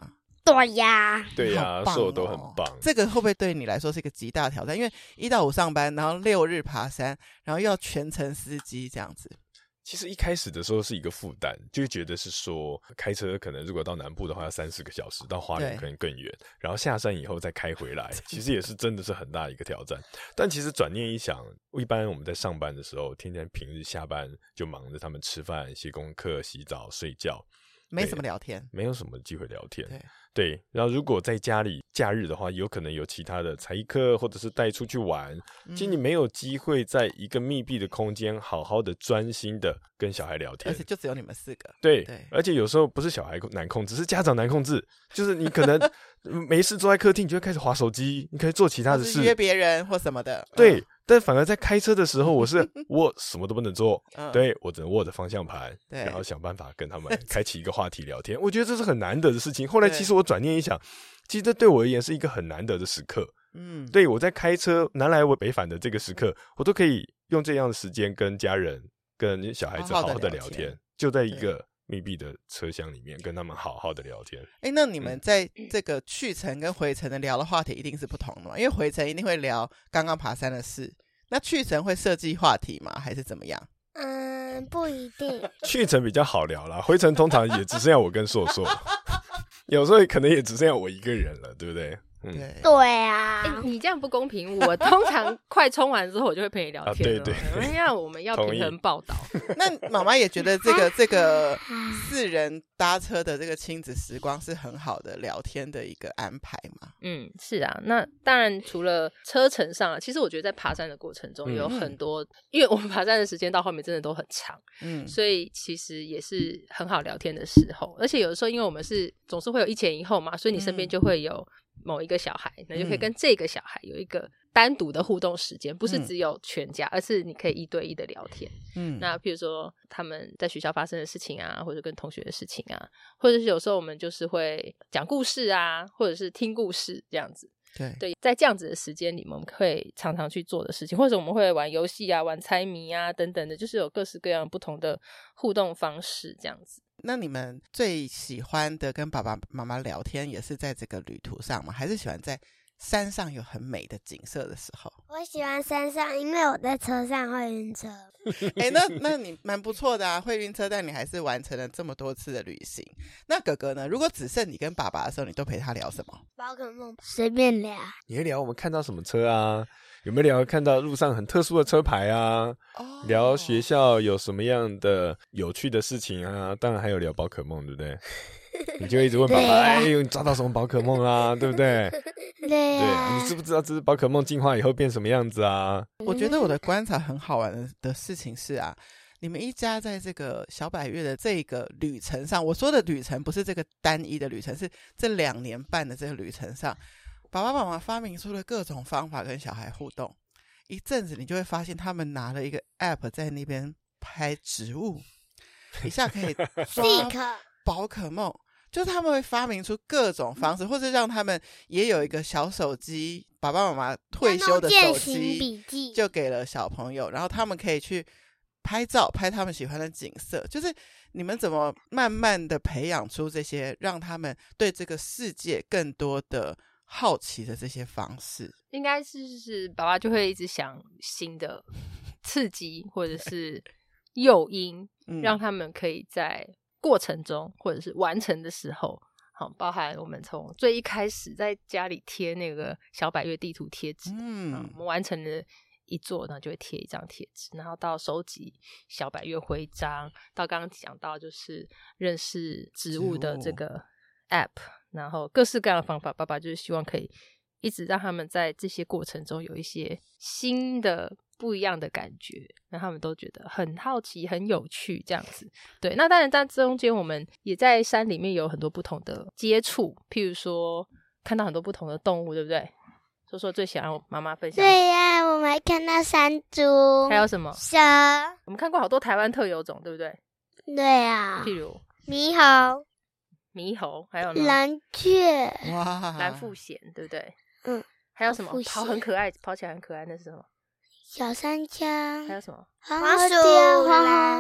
对呀， 对呀、 哦、 瘦都很棒。 这个会不会对你来说是一个极大挑战？因为一到五上班，然后六日爬山，然后又要全程司机这样子。 其实一开始的时候是一个负担，就会觉得是说开车可能如果到南部的话要三四个小时，到花莲可能更远，然后下山以后再开回来，其实也是真的是很大的一个挑战。但其实转念一想，一般我们在上班的时候，天天平日下班就忙着他们吃饭、写功课、洗澡、睡觉， 没什么聊天， 没有什么机会聊天。 对对，然后如果在家里假日的话，有可能有其他的才艺课，或者是带出去玩。其实你没有机会在一个密闭的空间，好好的专心的跟小孩聊天， 而且就只有你们四个。 对， 对， 而且有时候不是小孩难控制，是家长难控制。就是你可能没事坐在客厅，你就会开始滑手机，你可以做其他的事， 约别人或什么的。 对。 嗯， 但反而在开车的时候，我是我什么都不能做， 嗯、 对我只能握着方向盘，然后想办法跟他们开启一个话题聊天。我觉得这是很难得的事情。后来其实我转念一想，其实这对我而言是一个很难得的时刻。嗯，对，我在开车南来北返的这个时刻，我都可以用这样的时间跟家人、跟小孩子好好的聊天，好好的聊天，就在一个密闭的车厢里面跟他们好好的聊天。 哎，那你们在这个去程跟回程的聊的话题一定是不同的嘛？因为回程一定会聊刚刚爬山的事，那去程会设计话题吗？还是怎么样？ 嗯，不一定。 去程比较好聊啦，回程通常也只剩下我跟硕硕，有时候可能也只剩下我一个人了，对不对？ 嗯， 对啊、 欸，你这样不公平。我通常快冲完之后，我就会陪你聊天了。啊、对对，因为我们要平衡报道。 那妈妈也觉得这个这个四人搭车的这个亲子时光是很好的聊天的一个安排嘛？ 嗯，是啊。那当然，除了车程上啊，其实我觉得在爬山的过程中有很多，嗯、因为我们爬山的时间到后面真的都很长，嗯，所以其实也是很好聊天的时候。而且有的时候，因为我们是总是会有一前一后嘛，所以你身边就会有某一个小孩，那就可以跟这个小孩有一个单独的互动时间，嗯、不是只有全家，而是你可以一对一的聊天。嗯，那譬如说他们在学校发生的事情啊，或者跟同学的事情啊，或者是有时候我们就是会讲故事啊，或者是听故事这样子。 对对，在这样子的时间里面，我们会常常去做的事情，或者我们会玩游戏啊、玩猜谜啊等等的，就是有各式各样不同的互动方式这样子。 那你们最喜欢的跟爸爸妈妈聊天也是在这个旅途上吗？还是喜欢在山上有很美的景色的时候？ 我喜欢山上，因为我在车上会晕车。 哎，那那你蛮不错的啊，会晕车，但你还是完成了这么多次的旅行。那哥哥呢？如果只剩你跟爸爸的时候，你都陪他聊什么？ 宝可梦，随便聊。 你会聊我们看到什么车啊？有没有聊看到路上很特殊的车牌啊？哦、聊学校有什么样的有趣的事情啊？当然还有聊宝可梦，对不对？你就一直问爸爸，哎，你抓到什么宝可梦啊？对不对？ 对啊， 对，你知不知道这只宝可梦进化以后变什么样子啊？ 我觉得我的观察很好玩 的, 的事情是啊，你们一家在这个小百岳的这个旅程上，我说的旅程不是这个单一的旅程，是这两年半的这个旅程上，爸爸妈妈发明出了各种方法跟小孩互动。一阵子你就会发现他们拿了一个 app 在那边拍植物，一下可以抓宝可梦，就是他们会发明出各种方式，或者让他们也有一个小手机，爸爸妈妈退休的手机就给了小朋友，然后他们可以去拍照，拍他们喜欢的景色。就是你们怎么慢慢的培养出这些让他们对这个世界更多的好奇的这些方式？ 应该是是爸爸就会一直想新的刺激或者是诱因、嗯、让他们可以在过程中或者是完成的时候，好，包含我们从最一开始在家里贴那个小百岳地图贴纸，嗯，我们完成了一座，然后就会贴一张贴纸，然后到收集小百岳徽章，到刚刚讲到就是认识植物的这个 app， 然后各式各样的方法，爸爸就是希望可以一直让他们在这些过程中有一些新的不一样的感觉，让他们都觉得很好奇很有趣这样子。对，那当然在中间我们也在山里面有很多不同的接触，譬如说看到很多不同的动物，对不对？说说最想让妈妈分享。 对呀、啊，我们还看到山猪， 还有什么蛇， 我们看过好多台湾特有种，对不对？ 对啊， 譬如猕猴， 猕猴，还有呢蓝雀， 哇， 蓝腹鹇，对不对？ 嗯， 还有什么跑很可爱，跑起来很可爱，那是什么？ 小山羌， 还有什么？ 黄鼠狼，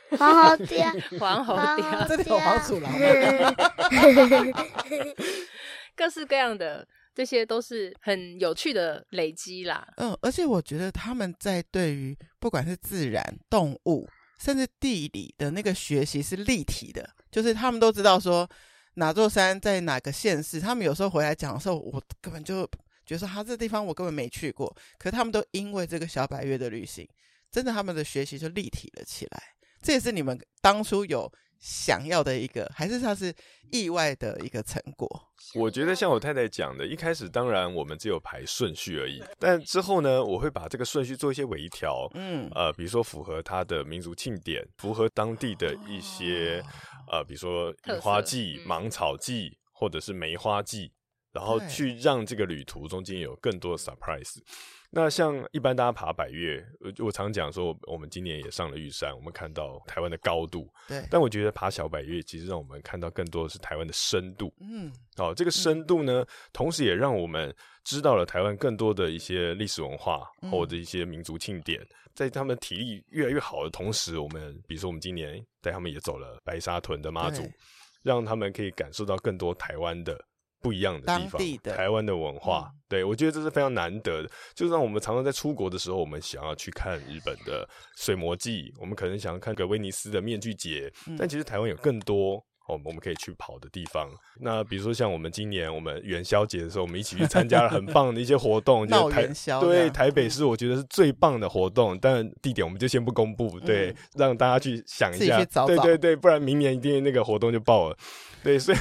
黄喉貂， 黄喉貂， 这里有黄鼠狼吗？ 各式各样的，这些都是很有趣的累积啦。 嗯，而且我觉得他们在对于不管是自然、动物，甚至地理的那个学习是立体的，就是他们都知道说哪座山在哪个县市，他们有时候回来讲的时候，我根本就觉得说他这个地方我根本没去过，可是他们都因为这个小百岳的旅行，真的他们的学习就立体了起来。这也是你们当初有想要的一个，还是它是意外的一个成果？ 我觉得像我太太讲的，一开始当然我们只有排顺序而已，但之后呢，我会把这个顺序做一些微调，嗯，呃，比如说符合它的民族庆典，符合当地的一些、哦、呃，比如说樱花季、芒草季，或者是梅花季，然后去让这个旅途中间有更多的 surprise。那像一般大家爬百岳，我常讲说我们今年也上了玉山，我们看到台湾的高度，对，但我觉得爬小百岳其实让我们看到更多的是台湾的深度。嗯，好、哦，这个深度呢、嗯、同时也让我们知道了台湾更多的一些历史文化、嗯、或者一些民族庆典，在他们体力越来越好的同时，我们比如说我们今年带他们也走了白沙屯的妈祖，让他们可以感受到更多台湾的不一样的地方， 当地的台湾的文化、嗯、对，我觉得这是非常难得的，就是让我们常常在出国的时候，我们想要去看日本的水魔祭，我们可能想要看个威尼斯的面具节、嗯、但其实台湾有更多哦，我们可以去跑的地方。那比如说像我们今年我们元宵节的时候，我们一起去参加了很棒的一些活动闹元宵， 对，台北市我觉得是最棒的活动，但地点我们就先不公布，对、嗯、让大家去想一下， 自己去找找， 对对对，不然明年一定那个活动就爆了，对，所以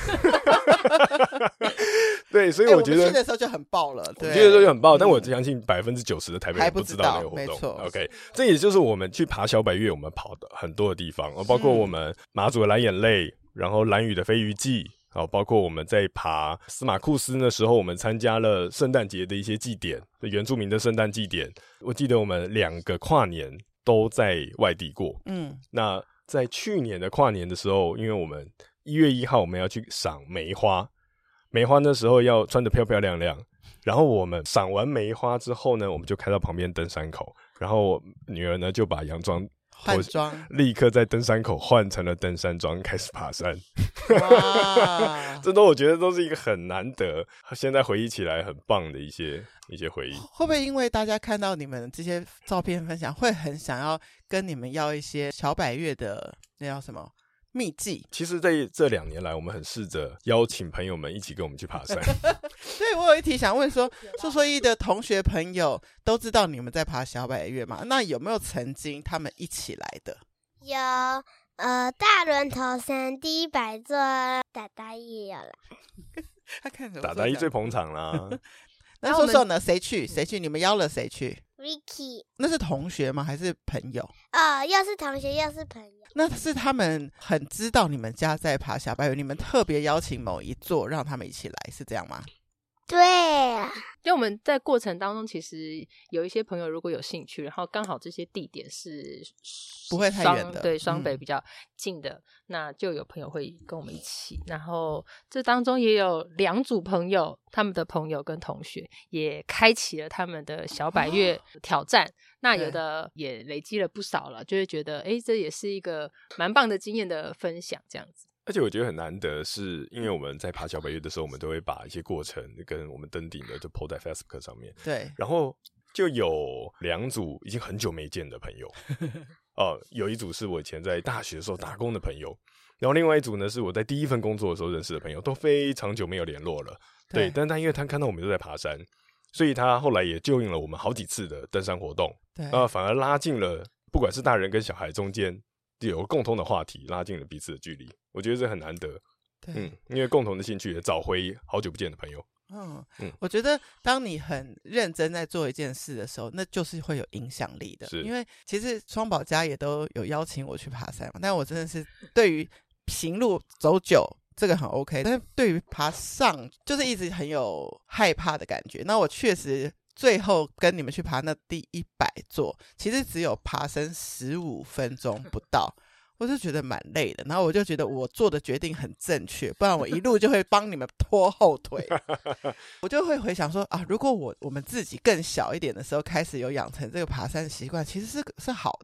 对，所以我觉得、 欸、我们去的时候就很爆了，对， 我去的时候就很爆、嗯、但我相信百分之九十的台北人不知道那个活动， 没错 OK， 这也就是我们去爬小百岳我们跑的很多的地方，包括我们马祖的蓝眼泪，然后兰屿的飞鱼季，包括我们在爬司马库斯的时候，我们参加了圣诞节的一些祭典，原住民的圣诞祭典。我记得我们两个跨年都在外地过，嗯，那在去年的跨年的时候，因为我们一月一号我们要去赏梅花，梅花那时候要穿得漂漂亮亮，然后我们赏完梅花之后呢，我们就开到旁边登山口，然后我女儿呢就把洋装换装， 立刻在登山口换成了登山装，开始爬山。哇，这都我觉得都是一个很难得，现在回忆起来很棒的一些一些回忆。 会不会因为大家看到你们这些照片分享，会很想要跟你们要一些小百岳的那叫什么秘籍？ 其实在这两年来，我们很试着邀请朋友们一起跟我们去爬山。 对，我有一题想问说，说说一的同学朋友都知道你们在爬小百岳吗？那有没有曾经他们一起来的？ 有，呃，大轮头山第一百座，达达也有来。 他看着达达一最捧场啦。 那说说呢？谁去？谁去？你们邀了谁去 ？Ricky。 那是同学吗？还是朋友？ 哦，又是同学又是朋友。 那是他们很知道你们家在爬小百岳，你们特别邀请某一座让他们一起来，是这样吗？ 对啊， 就我们在过程当中，其实有一些朋友如果有兴趣，然后刚好这些地点是不会太远的， 对，双北比较近的、嗯、那就有朋友会跟我们一起，然后这当中也有两组朋友，他们的朋友跟同学也开启了他们的小百岳挑战、哦、那有的也累积了不少了，就会觉得哎，这也是一个蛮棒的经验的分享这样子。 而且我觉得很难得是因为我们在爬小百岳的时候，我们都会把一些过程跟我们登顶的就 po 在 Facebook 上面， 对， 然后就有两组已经很久没见的朋友哦、呃，有一组是我以前在大学的时候打工的朋友，然后另外一组呢是我在第一份工作的时候认识的朋友，都非常久没有联络了， 对, 对，但他因为他看到我们都在爬山，所以他后来也救应了我们好几次的登山活动，对，呃，反而拉近了不管是大人跟小孩中间有共同的话题，拉近了彼此的距离，我觉得这很难得。嗯，因为共同的兴趣也找回好久不见的朋友。 嗯嗯，我觉得当你很认真在做一件事的时候，那就是会有影响力的。因为其实双宝家也都有邀请我去爬山嘛，但我真的是对于行路走久这个很 OK， 但是对于爬上就是一直很有害怕的感觉。那我确实最后跟你们去爬那第一百座，其实只有爬升十五分钟不到，我就觉得蛮累的。然后我就觉得我做的决定很正确，不然我一路就会帮你们拖后腿。我就会回想说啊，如果我我们自己更小一点的时候开始有养成这个爬山习惯，其实是是好的。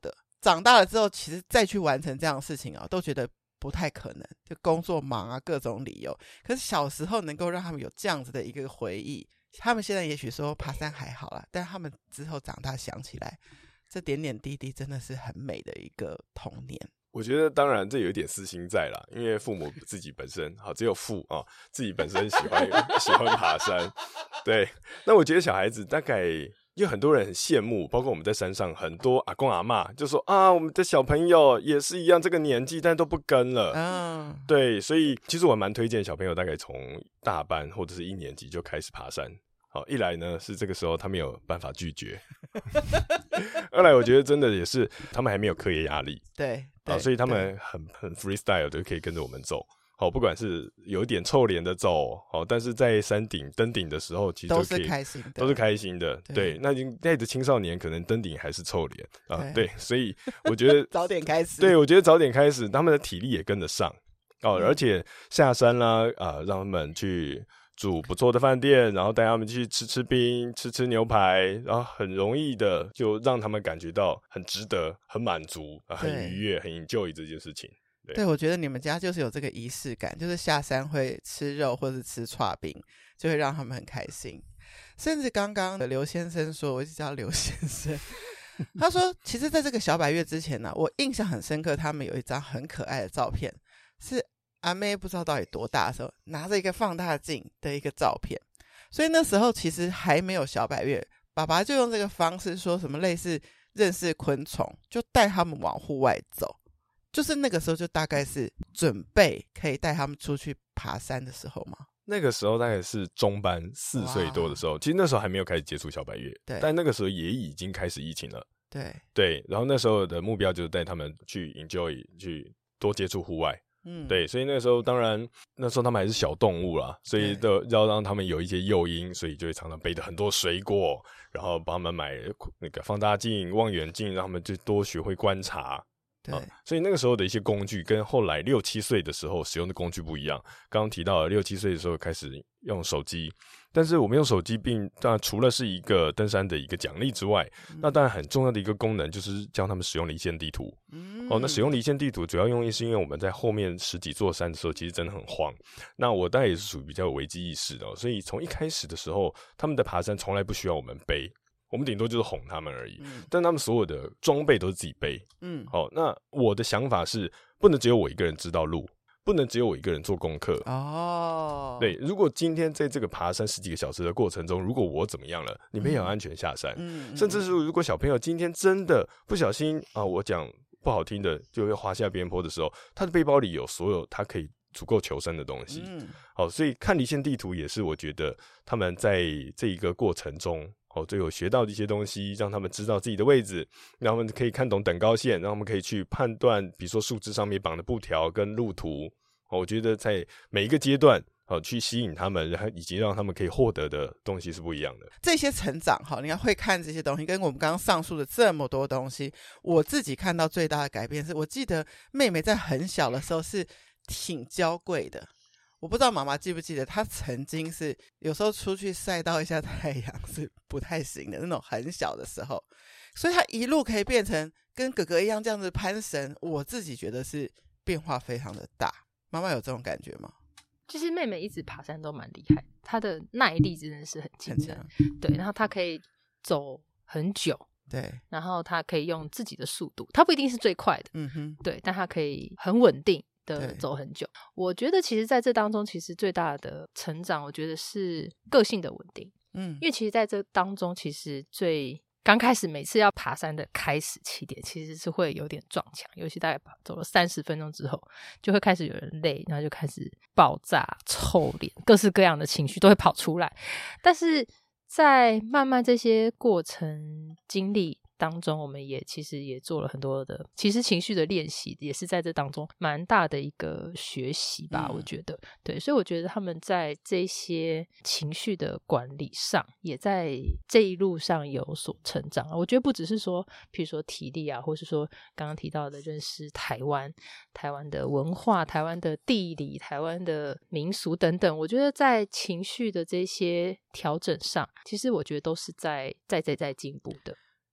长大了之后其实再去完成这样的事情啊，都觉得不太可能，就工作忙啊各种理由。可是小时候能够让他们有这样子的一个回忆，他们现在也许说爬山还好啦，但他们之后长大想起来，这点点滴滴真的是很美的一个童年。 我觉得当然这有一点私心在啦，因为父母自己本身好只有父啊、哦、自己本身喜欢喜欢爬山，对。那我觉得小孩子大概有很多人很羡慕，包括我们在山上很多阿公阿嬷就说啊，我们的小朋友也是一样这个年纪，但都不跟了。嗯，对，所以其实我蛮推荐小朋友大概从大班或者是一年级就开始爬山。好，一来呢是这个时候他们有办法拒绝，二来我觉得真的也是他们还没有课业压力， 对， 对，所以他们很很 freestyle 的可以跟着我们走。好，不管是有一点臭脸的走，好，但是在山顶登顶的时候，其实就可以都是开心的， 都是开心的。对，对，那已经带着青少年，可能登顶还是臭脸啊。对，对，所以我觉得早点开始， 对，我觉得早点开始，他们的体力也跟得上哦，嗯、而且下山啦啊、呃，让他们去住不错的饭店，然后带他们去吃吃冰、吃吃牛排，然后很容易的就让他们感觉到很值得、很满足、啊、很愉悦、很 enjoy 这件事情。对, 对，我觉得你们家就是有这个仪式感，就是下山会吃肉或是吃剉冰，就会让他们很开心。甚至刚刚的刘先生说，我一直叫刘先生，他说其实在这个小百岳之前呢、啊，我印象很深刻，他们有一张很可爱的照片，是阿妹不知道到底多大的时候拿着一个放大镜的一个照片。所以那时候其实还没有小百岳，爸爸就用这个方式说什么类似认识昆虫，就带他们往户外走。就是那个时候就大概是准备可以带他们出去爬山的时候吗？ 那个时候大概是中班四岁多的时候，其实那时候还没有开始接触小百岳， 对， 但那个时候也已经开始疫情了， 对对。然后那时候的目标就是带他们去 enjoy， 去多接触户外，嗯，对。所以那个时候当然那时候他们还是小动物啦，所以都要让他们有一些诱因，所以就会常常背着很多水果，然后帮他们买那个放大镜、望远镜，让他们就多学会观察。 对、 啊，所以那个时候的一些工具跟后来六七岁的时候使用的工具不一样。刚刚提到了六七岁的时候开始用手机，但是我们用手机并当然除了是一个登山的一个奖励之外，嗯、那当然很重要的一个功能就是教他们使用离线地图。嗯、哦，那使用离线地图主要用意是因为我们在后面十几座山的时候其实真的很慌。那我当然也是属于比较有危机意识的、哦，所以从一开始的时候，他们的爬山从来不需要我们背。我们顶多就是哄他们而已，嗯、但他们所有的装备都是自己背。嗯，好、哦，那我的想法是，不能只有我一个人知道路，不能只有我一个人做功课。哦，对，如果今天在这个爬山十几个小时的过程中，如果我怎么样了，你们也要安全下山。嗯，甚至是如果小朋友今天真的不小心啊，我讲不好听的，就会滑下边坡的时候，他的背包里有所有他可以足够求生的东西。嗯，好，所以看离线地图也是我觉得他们在这一个过程中。哦，就有学到的一些东西，让他们知道自己的位置，让他们可以看懂等高线，让他们可以去判断，比如说树枝上面绑的布条跟路途。哦，我觉得在每一个阶段，哦，去吸引他们，然后以及让他们可以获得的东西是不一样的。 这些成长，哈，你要会看这些东西，跟我们刚刚上述的这么多东西，我自己看到最大的改变是，我记得妹妹在很小的时候是挺娇贵的。我不知道妈妈记不记得，她曾经是有时候出去晒到一下太阳是不太行的那种很小的时候，所以她一路可以变成跟哥哥一样这样子攀绳，我自己觉得是变化非常的大。妈妈有这种感觉吗？ 其实妹妹一直爬山都蛮厉害，她的耐力真的是很惊人，对，然后她可以走很久， 对， 然后她可以用自己的速度，她不一定是最快的，嗯哼，对，但她可以很稳定的走很久。我觉得其实在这当中其实最大的成长我觉得是个性的稳定。嗯，因为其实在这当中其实最刚开始每次要爬山的开始起点其实是会有点撞墙，尤其大概走了三十分钟之后就会开始有人累，然后就开始爆炸臭脸，各式各样的情绪都会跑出来。但是在慢慢这些过程经历当中，我们也其实也做了很多的其实情绪的练习，也是在这当中蛮大的一个学习吧、嗯、我觉得对，所以我觉得他们在这些情绪的管理上也在这一路上有所成长。我觉得不只是说比如说体力啊，或是说刚刚提到的认识台湾台湾的文化、台湾的地理、台湾的民俗等等，我觉得在情绪的这些调整上其实我觉得都是在在在在进步的。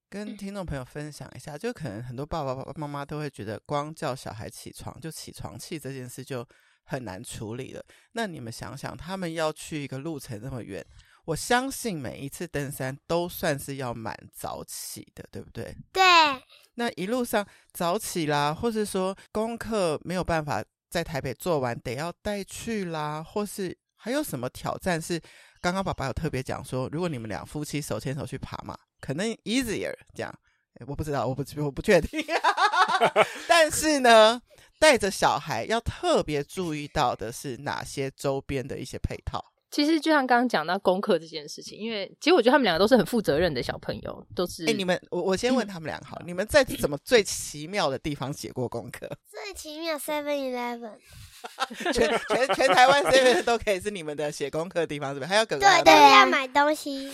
跟听众朋友分享一下，就可能很多爸爸爸爸妈妈都会觉得光叫小孩起床就起床气这件事就很难处理了。那你们想想，他们要去一个路程那么远，我相信每一次登山都算是要蛮早起的，对不对？ 对。 那一路上早起啦，或是说功课没有办法在台北做完，得要带去啦，或是还有什么挑战是刚刚爸爸有特别讲说，如果你们俩夫妻手牵手去爬嘛，可能 easier 这样，我不知道，我不我不确定但是呢，带着小孩要特别注意到的是哪些周边的一些配套？ 其实就像刚刚讲到功课这件事情，因为其实我觉得他们两个都是很负责任的小朋友，都是。 哎，你们我我先问他们俩好，你们在怎么最奇妙的地方写过功课？ 最奇妙 seven eleven 全全全台湾 seven 都可以是你们的写功课的地方，是不是？还有哥哥对对，要买东西。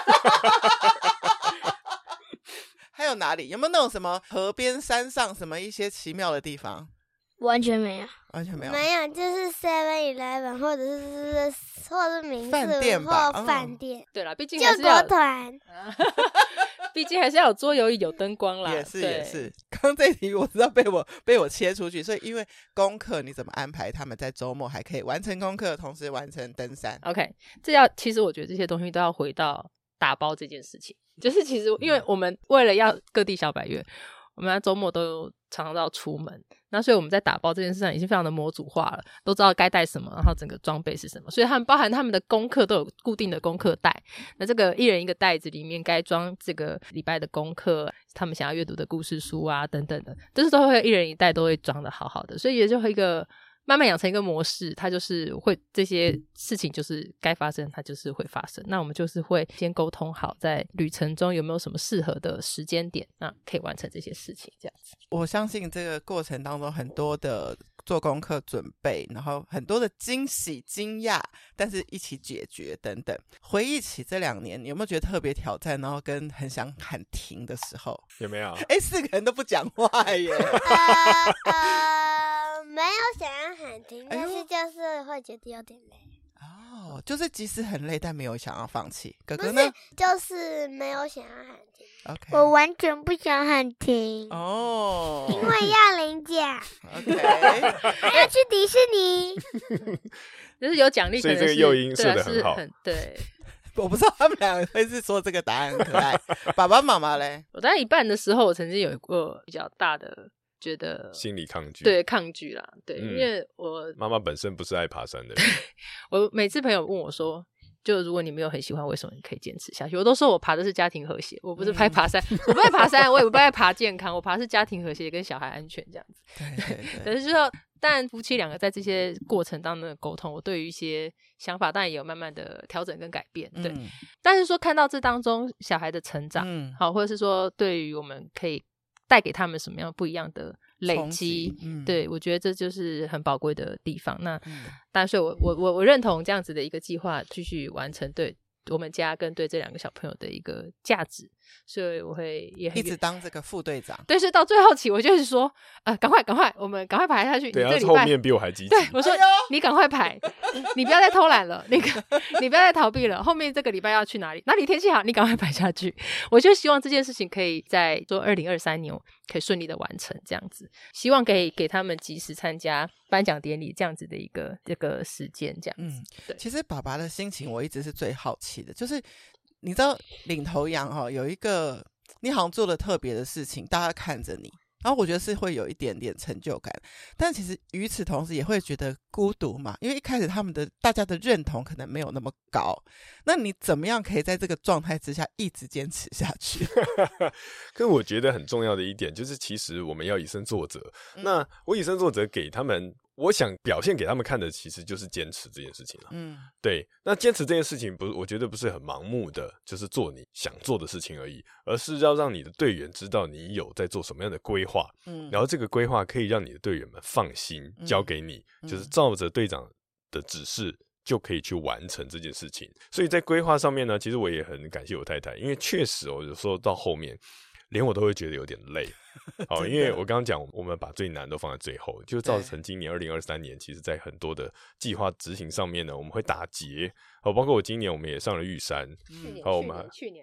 还有哪里？有没有那种什么河边、山上什么一些奇妙的地方？ 完全没有， 完全没有， 没有，就是 seven eleven 或者是或者是民宿饭店吧， 或饭店。 对啦，毕竟还是要救国团， 毕竟还是要有桌游椅、有灯光啦。 也是也是。刚刚这一题我知道被我被我切出去，所以因为功课你怎么安排，他们在周末还可以完成功课，同时完成登山。 OK， 这要其实我觉得这些东西都要回到打包这件事情，就是其实因为我们为了要各地小百岳，我们在周末都常常都要出门，那所以我们在打包这件事上已经非常的模组化了，都知道该带什么，然后整个装备是什么，所以他们包含他们的功课都有固定的功课袋，那这个一人一个袋子里面该装这个礼拜的功课，他们想要阅读的故事书啊等等的，这是都会一人一袋都会装的好好的，所以也就会一个慢慢养成一个模式，它就是会这些事情就是该发生它就是会发生，那我们就是会先沟通好在旅程中有没有什么适合的时间点，那可以完成这些事情这样子。 我相信这个过程当中很多的做功课准备，然后很多的惊喜惊讶，但是一起解决等等。回忆起这两年有没有觉得特别挑战，然后跟很想喊停的时候？ 有没有？ 哎，四个人都不讲话耶呃呃，没有想要喊停， 哎但是就是会觉得有点累。 哦，就是即使很累但没有想要放弃。哥不是哥呢？ 就是没有想要喊停。 OK， 我完全不想喊停， 哦， 因为要领奖， OK， 还要去迪士尼。 就是有奖励， 所以这个诱因设得很好。 对啊，是很对。 我不知道他们两个会是说这个答案很可爱。爸爸妈妈嘞？ 我在一半的时候，我曾经有一个比较大的觉得心理抗拒， 对抗拒啦，对， 嗯、 因为我妈妈本身不是爱爬山的人。 我每次朋友问我说，就如果你没有很喜欢，为什么你可以坚持下去？我都说我爬的是家庭和谐，我不是拍爬山，嗯、我不爱爬山，我也不爱爬健康，我爬的是家庭和谐跟小孩安全这样子。 对对对。 可是就说，但夫妻两个在这些过程当中的沟通，我对于一些想法当然也有慢慢的调整跟改变，对。嗯、但是说看到这当中小孩的成长，嗯，好，或者是说对于我们可以带给他们什么样不一样的累积，嗯、对，我觉得这就是很宝贵的地方。那，嗯、但是我我我我认同这样子的一个计划继续完成，对我们家跟对这两个小朋友的一个价值，所以我会也很一直当这个副队长。 对，所以到最后期我就是说，呃，赶快赶快，我们赶快排下去。 对啊， 你这礼拜后面比我还积极。 对，我说、 哎、 你赶快排，你不要再偷懒了，那个你不要再逃避了。后面这个礼拜要去哪里？哪里天气好，你赶快排下去。我就希望这件事情可以在说二零二三年可以顺利的完成，这样子。希望可以给他们及时参加颁奖典礼这样子的一个这个时间，这样子。嗯，对。 其实爸爸的心情我一直是最好奇的，就是你知道领头羊哈、哦、有一个你好像做了特别的事情，大家看着你。然后我觉得是会有一点点成就感，但其实与此同时也会觉得孤独嘛，因为一开始他们的大家的认同可能没有那么高，那你怎么样可以在这个状态之下一直坚持下去？ 可是我觉得很重要的一点就是其实我们要以身作则、嗯、那我以身作则给他们，我想表现给他们看的其实就是坚持这件事情了。嗯，对，那坚持这件事情不，我觉得不是很盲目的，就是做你想做的事情而已，而是要让你的队员知道你有在做什么样的规划，嗯，然后这个规划可以让你的队员们放心交给你，嗯、就是照着队长的指示就可以去完成这件事情。所以在规划上面呢，其实我也很感谢我太太，因为确实我有时候到后面连我都会觉得有点累。好，因为我刚刚讲我们把最难都放在最后，就造成今年二零二三年其实在很多的计划执行上面呢，我们会打结。好，包括我今年我们也上了玉山， 去年好，我们去年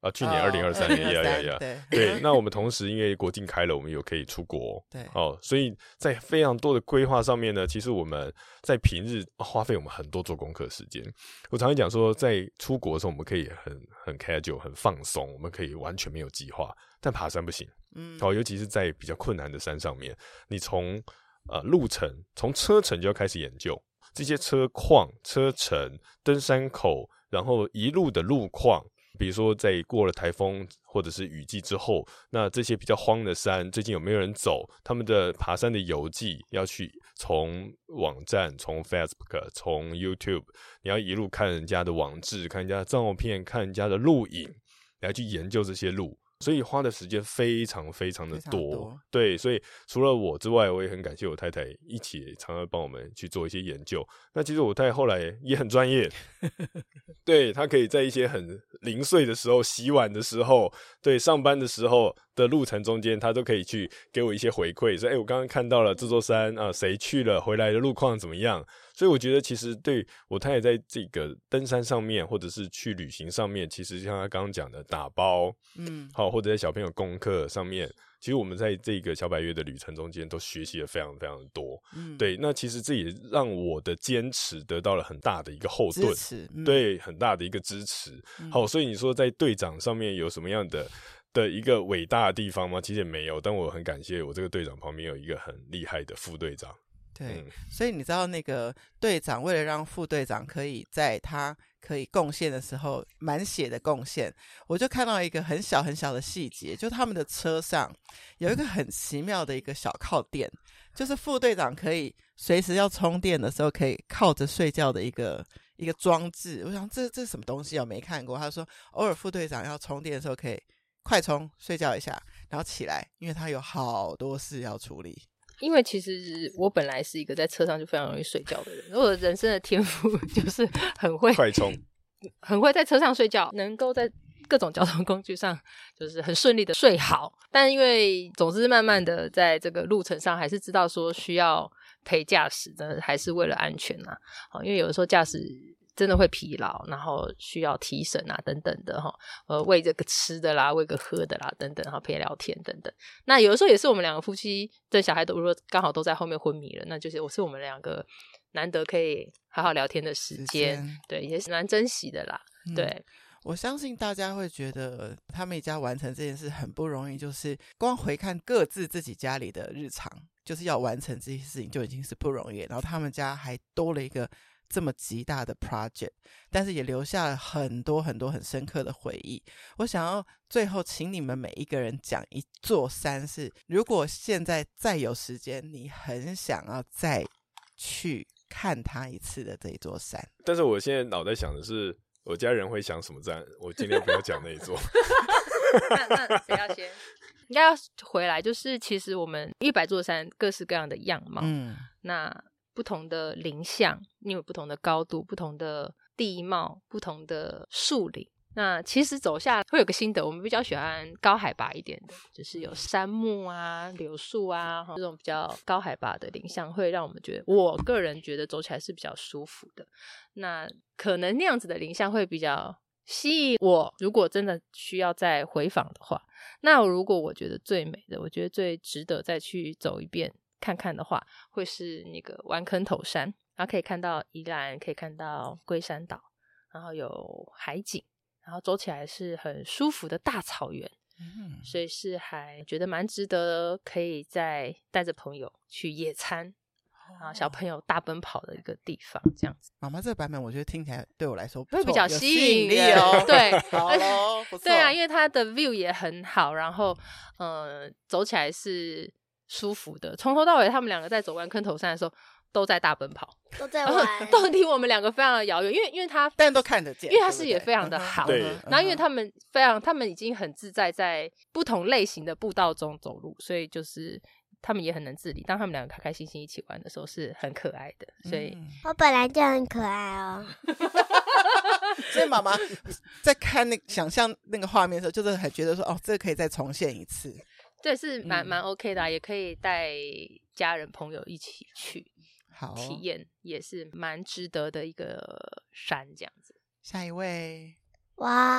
啊，去年二零二三年，呀呀呀， 对对。那我们同时因为国境开了，我们有可以出国， 对， 哦，所以在非常多的规划上面呢，其实我们在平日、哦、花费我们很多做功课时间。我常常讲说，在出国的时候，我们可以很很 casual、很放松，我们可以完全没有计划，但爬山不行，嗯，哦，尤其是在比较困难的山上面，你从呃路程、从车程就要开始研究这些车况、车程、登山口，然后一路的路况。比如说在过了台风或者是雨季之后，那这些比较荒的山最近有没有人走，他们的爬山的游记要去从网站、从 Facebook、从 YouTube， 你要一路看人家的网志，看人家的照片，看人家的录影，来去研究这些路，所以花的时间非常非常的 多, 多对，所以除了我之外，我也很感谢我太太一起常常帮我们去做一些研究。那其实我太太后来也很专业对，她可以在一些很零碎的时候，洗碗的时候，对，上班的时候的路程中间，她都可以去给我一些回馈，说哎、欸，我刚刚看到了这座山啊，谁去了，回来的路况怎么样。所以我觉得其实对我太太在这个登山上面，或者是去旅行上面，其实像她刚刚讲的打包，嗯，好，或者在小朋友功课上面，其实我们在这个小百岳的旅程中间都学习了非常非常的多，嗯，对，那其实这也让我的坚持得到了很大的一个后盾， 支持，嗯、 对，很大的一个支持。嗯、好，所以你说在队长上面有什么样的的一个伟大的地方吗？其实也没有，但我很感谢我这个队长旁边有一个很厉害的副队长。 对、嗯，所以你知道那个队长为了让副队长可以在他可以贡献的时候满血的贡献，我就看到一个很小很小的细节，就他们的车上有一个很奇妙的一个小靠垫，就是副队长可以随时要充电的时候可以靠着睡觉的一个一个装置。我想这这是什么东西我没看过。他说偶尔副队长要充电的时候可以快充睡觉一下，然后起来，因为他有好多事要处理。 因为其实我本来是一个在车上就非常容易睡觉的人，我的人生的天赋就是很会快充， 很会在车上睡觉，能够在各种交通工具上就是很顺利的睡好。但因为总之慢慢的在这个路程上还是知道说需要陪驾驶的，还是为了安全啊。因为有的时候驾驶真的会疲劳，然后需要提神啊等等的哈，呃，喂这个吃的啦，喂个喝的啦等等，然后陪聊天等等。那有的时候也是我们两个夫妻这小孩都如果刚好都在后面昏迷了，那就是我是我们两个难得可以好好聊天的时间，对，也是蛮珍惜的啦。嗯、对， 我相信大家会觉得他们一家完成这件事很不容易，就是光回看各自自己家里的日常，就是要完成这些事情就已经是不容易，然后他们家还多了一个这么极大的 project， 但是也留下了很多很多很深刻的回忆。我想要最后请你们每一个人讲一座山，是如果现在再有时间你很想要再去看它一次的这一座山。 但是我现在脑袋想的是我家人会想什么站，我尽量不要讲那一座那那谁要先？应该要回来，就是其实我们一百座山各式各样的样貌，嗯，那不同的林相，因为不同的高度，不同的地貌，不同的树林。那其实走下来会有个心得，我们比较喜欢高海拔一点的，就是有杉木啊、柳树啊这种比较高海拔的林相，会让我们觉得，我个人觉得走起来是比较舒服的。那可能那样子的林相会比较吸引我，如果真的需要再回访的话，那如果我觉得最美的，我觉得最值得再去走一遍看看的话，会是那个湾坑头山，然后可以看到宜兰，可以看到龟山岛，然后有海景，然后走起来是很舒服的大草原，嗯，所以是还觉得蛮值得可以再带着朋友去野餐，然后小朋友大奔跑的一个地方，这样子。 妈妈这个版本我觉得听起来对我来说不错， 会比较吸引力哦。 对， 好咯，不错。 对啊，因为它的 view 也很好，然后呃，走起来是舒服的。从头到尾，他们两个在走完坑头山的时候都在大奔跑， 都在玩， 都离我们两个非常的遥远。因为因为他但都看得见， 因为他视野非常的好。 对。 然后因为他们非常，他们已经很自在在不同类型的步道中走路，所以就是他们也很能自理。当他们两个开开心心一起玩的时候，是很可爱的。所以、嗯、 我本来就很可爱哦。 所以妈妈在看那想象那个画面的时候，就是很觉得说，哦，这个可以再重现一次。 对，是蛮蛮 OK 的、啊嗯，也可以带家人朋友一起去好体验，也是蛮值得的一个山这样子。 下一位， 哇，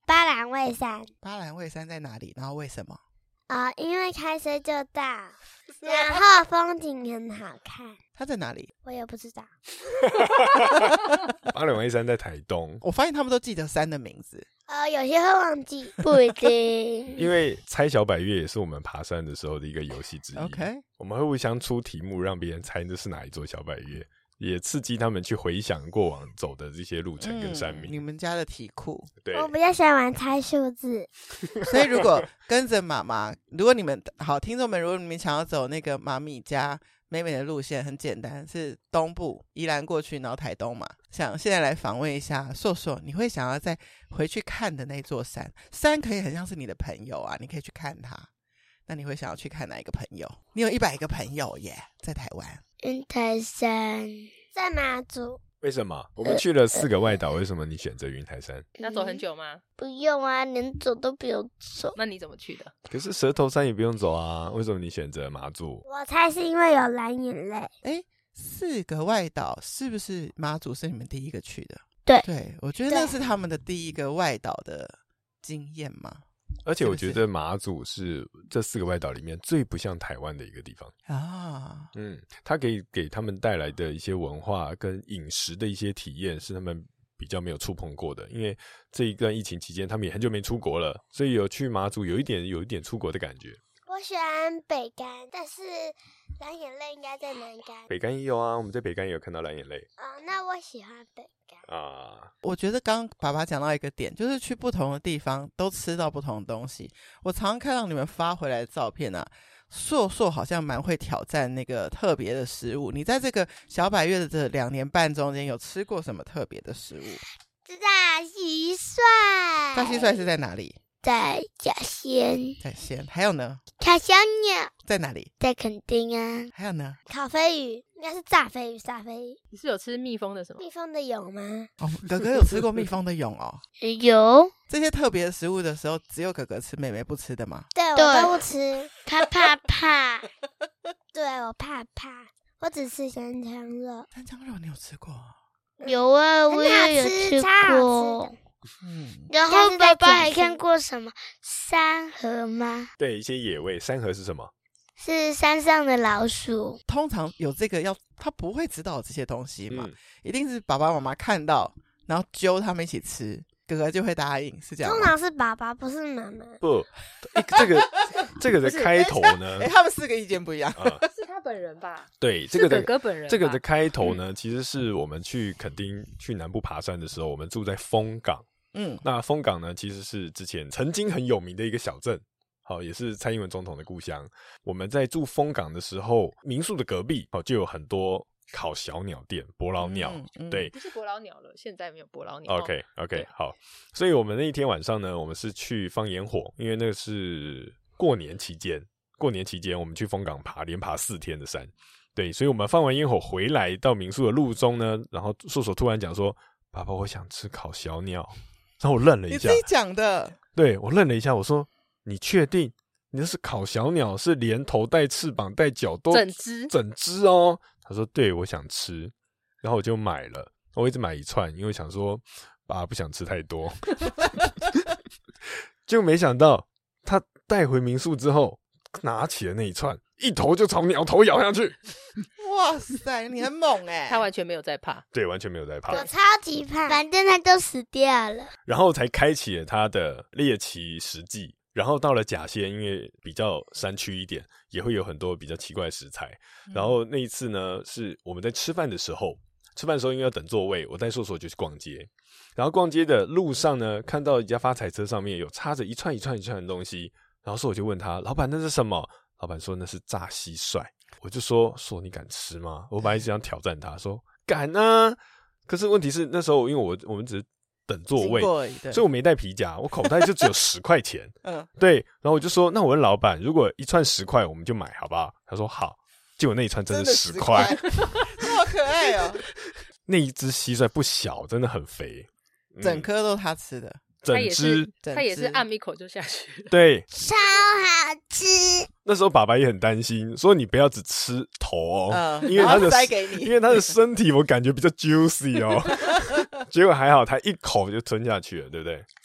巴兰卫山。 巴兰卫山在哪里？然后为什么？ 啊、呃，因为开车就到，然后风景很好看。 它在哪里？ 我也不知道。 巴兰卫山在台东。 我发现他们都记得山的名字。 呃，有些会忘记，不一定。 因为猜小百岳也是我们爬山的时候的一个游戏之一。 OK， 我们会互相出题目，让别人猜这是哪一座小百岳，也刺激他们去回想过往走的这些路程跟山名。 嗯、你们家的题库， 对， 我比较喜欢玩猜数字。 所以如果跟着妈妈，如果你们好听众们，如果你们想要走那个妈咪家妹妹的路线，很简单，是东部宜兰过去，然后台东嘛。想现在来访问一下硕硕，你会想要再回去看的那座山，山可以很像是你的朋友啊，你可以去看他。那你会想要去看哪一个朋友？你有一百个朋友耶，在台湾。 云台山，在马祖。 为什么我们去了四个外岛？为什么你选择云台山？ 要走很久吗？ 不用啊，连走都不用走。 那你怎么去的？ 可是蛇头山也不用走啊，为什么你选择马祖？ 我猜是因为有蓝眼泪。 哎，四个外岛是不是马祖是你们第一个去的？ 对对，我觉得那是他们的第一个外岛的经验嘛。 而且我觉得马祖是这四个外岛里面最不像台湾的一个地方啊。 嗯，它可以给他们带来的一些文化跟饮食的一些体验是他们比较没有触碰过的。因为这一段疫情期间他们也很久没出国了，所以有去马祖有一点有一点出国的感觉。 我喜欢北竿，但是蓝眼泪应该在南竿。 北竿也有啊，我们在北竿也有看到蓝眼泪啊、哦。那我喜欢北竿啊。 我觉得刚刚爸爸讲到一个点，就是去不同的地方都吃到不同的东西。我常常看到你们发回来的照片啊，硕硕好像蛮会挑战那个特别的食物。你在这个小百岳的这两年半中间有吃过什么特别的食物？ 大蟋蟀。 大蟋蟀是在哪里？ 在甲仙。 在仙。还有呢？ 烤小鸟在哪里？ 在垦丁啊。 还有呢？ 烤飞鱼应该是炸飞鱼，炸飞鱼。 你是有吃蜜蜂的什么？ 蜜蜂的蛹吗？ 哦，哥哥有吃过蜜蜂的蛹哦。 有。 这些特别的食物的时候，只有哥哥吃，妹妹不吃的吗？ 对，我都不吃，他怕怕。对，我怕怕，我只吃山羌肉。 山羌肉你有吃过？ 有啊，我也有吃过。 嗯， 然后爸爸还看过什么山河吗？ 对，一些野味。山河是什么？ 是山上的老鼠。 通常有这个要他不会知道这些东西嘛、 嗯、 一定是爸爸妈妈看到然后揪他们一起吃，哥哥就会答应，是这样吗？ 通常是爸爸，不是妈妈。 不，这个这个的开头呢？ 哎、欸，他们四个意见不一样。 啊、 是他本人吧？ 对，这个的哥哥本人。 这个的开头呢，嗯、其实是我们去垦丁去南部爬山的时候，我们住在丰港。嗯，那丰港呢，其实是之前曾经很有名的一个小镇，好，也是蔡英文总统的故乡。我们在住丰港的时候，民宿的隔壁好就有很多烤小鸟店，伯劳鸟，嗯嗯、对， 不是伯劳鸟了，现在没有伯劳鸟。 OK OK， 好，所以我们那一天晚上呢，我们是去放烟火，因为那个是过年期间，过年期间我们去丰港爬，连爬四天的山，对，所以我们放完烟火回来到民宿的路中呢，然后硕硕突然讲说：“爸爸，我想吃烤小鸟。”然后我愣了一下， 你自己讲的？ 对，我愣了一下，我说：“你确定？你那是烤小鸟，是连头带翅膀带脚都整只整只哦？”他说：“对，我想吃。”然后我就买了，我一直买一串，因为想说爸不想吃太多。就没想到他带回民宿之后，拿起了那一串，一头就朝鸟头咬下去。 哇塞，你很猛哎、 欸！他完全没有在怕， 对，完全没有在怕， 我超级怕，反正他都死掉了。 然后才开启了他的猎奇实际。然后到了甲仙，因为比较山区一点，也会有很多比较奇怪的食材。嗯、然后那一次呢，是我们在吃饭的时候，吃饭的时候因为要等座位，我带硕硕就去逛街。然后逛街的路上呢，看到一家发财车上面有插着一串一串一串的东西，然后硕我就问他：“老板，那是什么？”老板说：“那是炸蟋蟀。”我就说：“硕，你敢吃吗？”我本来一直想挑战他，说：“敢啊！”可是问题是那时候因为我我们只是等座位，所以我没带皮夹，我口袋就只有十块钱。嗯，对。然后我就说：“那我问老板，如果一串十块，我们就买好不好？”他说：“好。”结果那一串真的十块， 好可爱哦！ 那一只蟋蟀不小，真的很肥， 嗯、整颗都他吃的。 整只， 他也是按一口就下去了， 对， 超好吃。 那时候爸爸也很担心，说你不要只吃头哦， 嗯、 因为他的塞给你， 因为他的身体我感觉比较 juicy 哦。结果还好，他一口就吞下去了，对不对？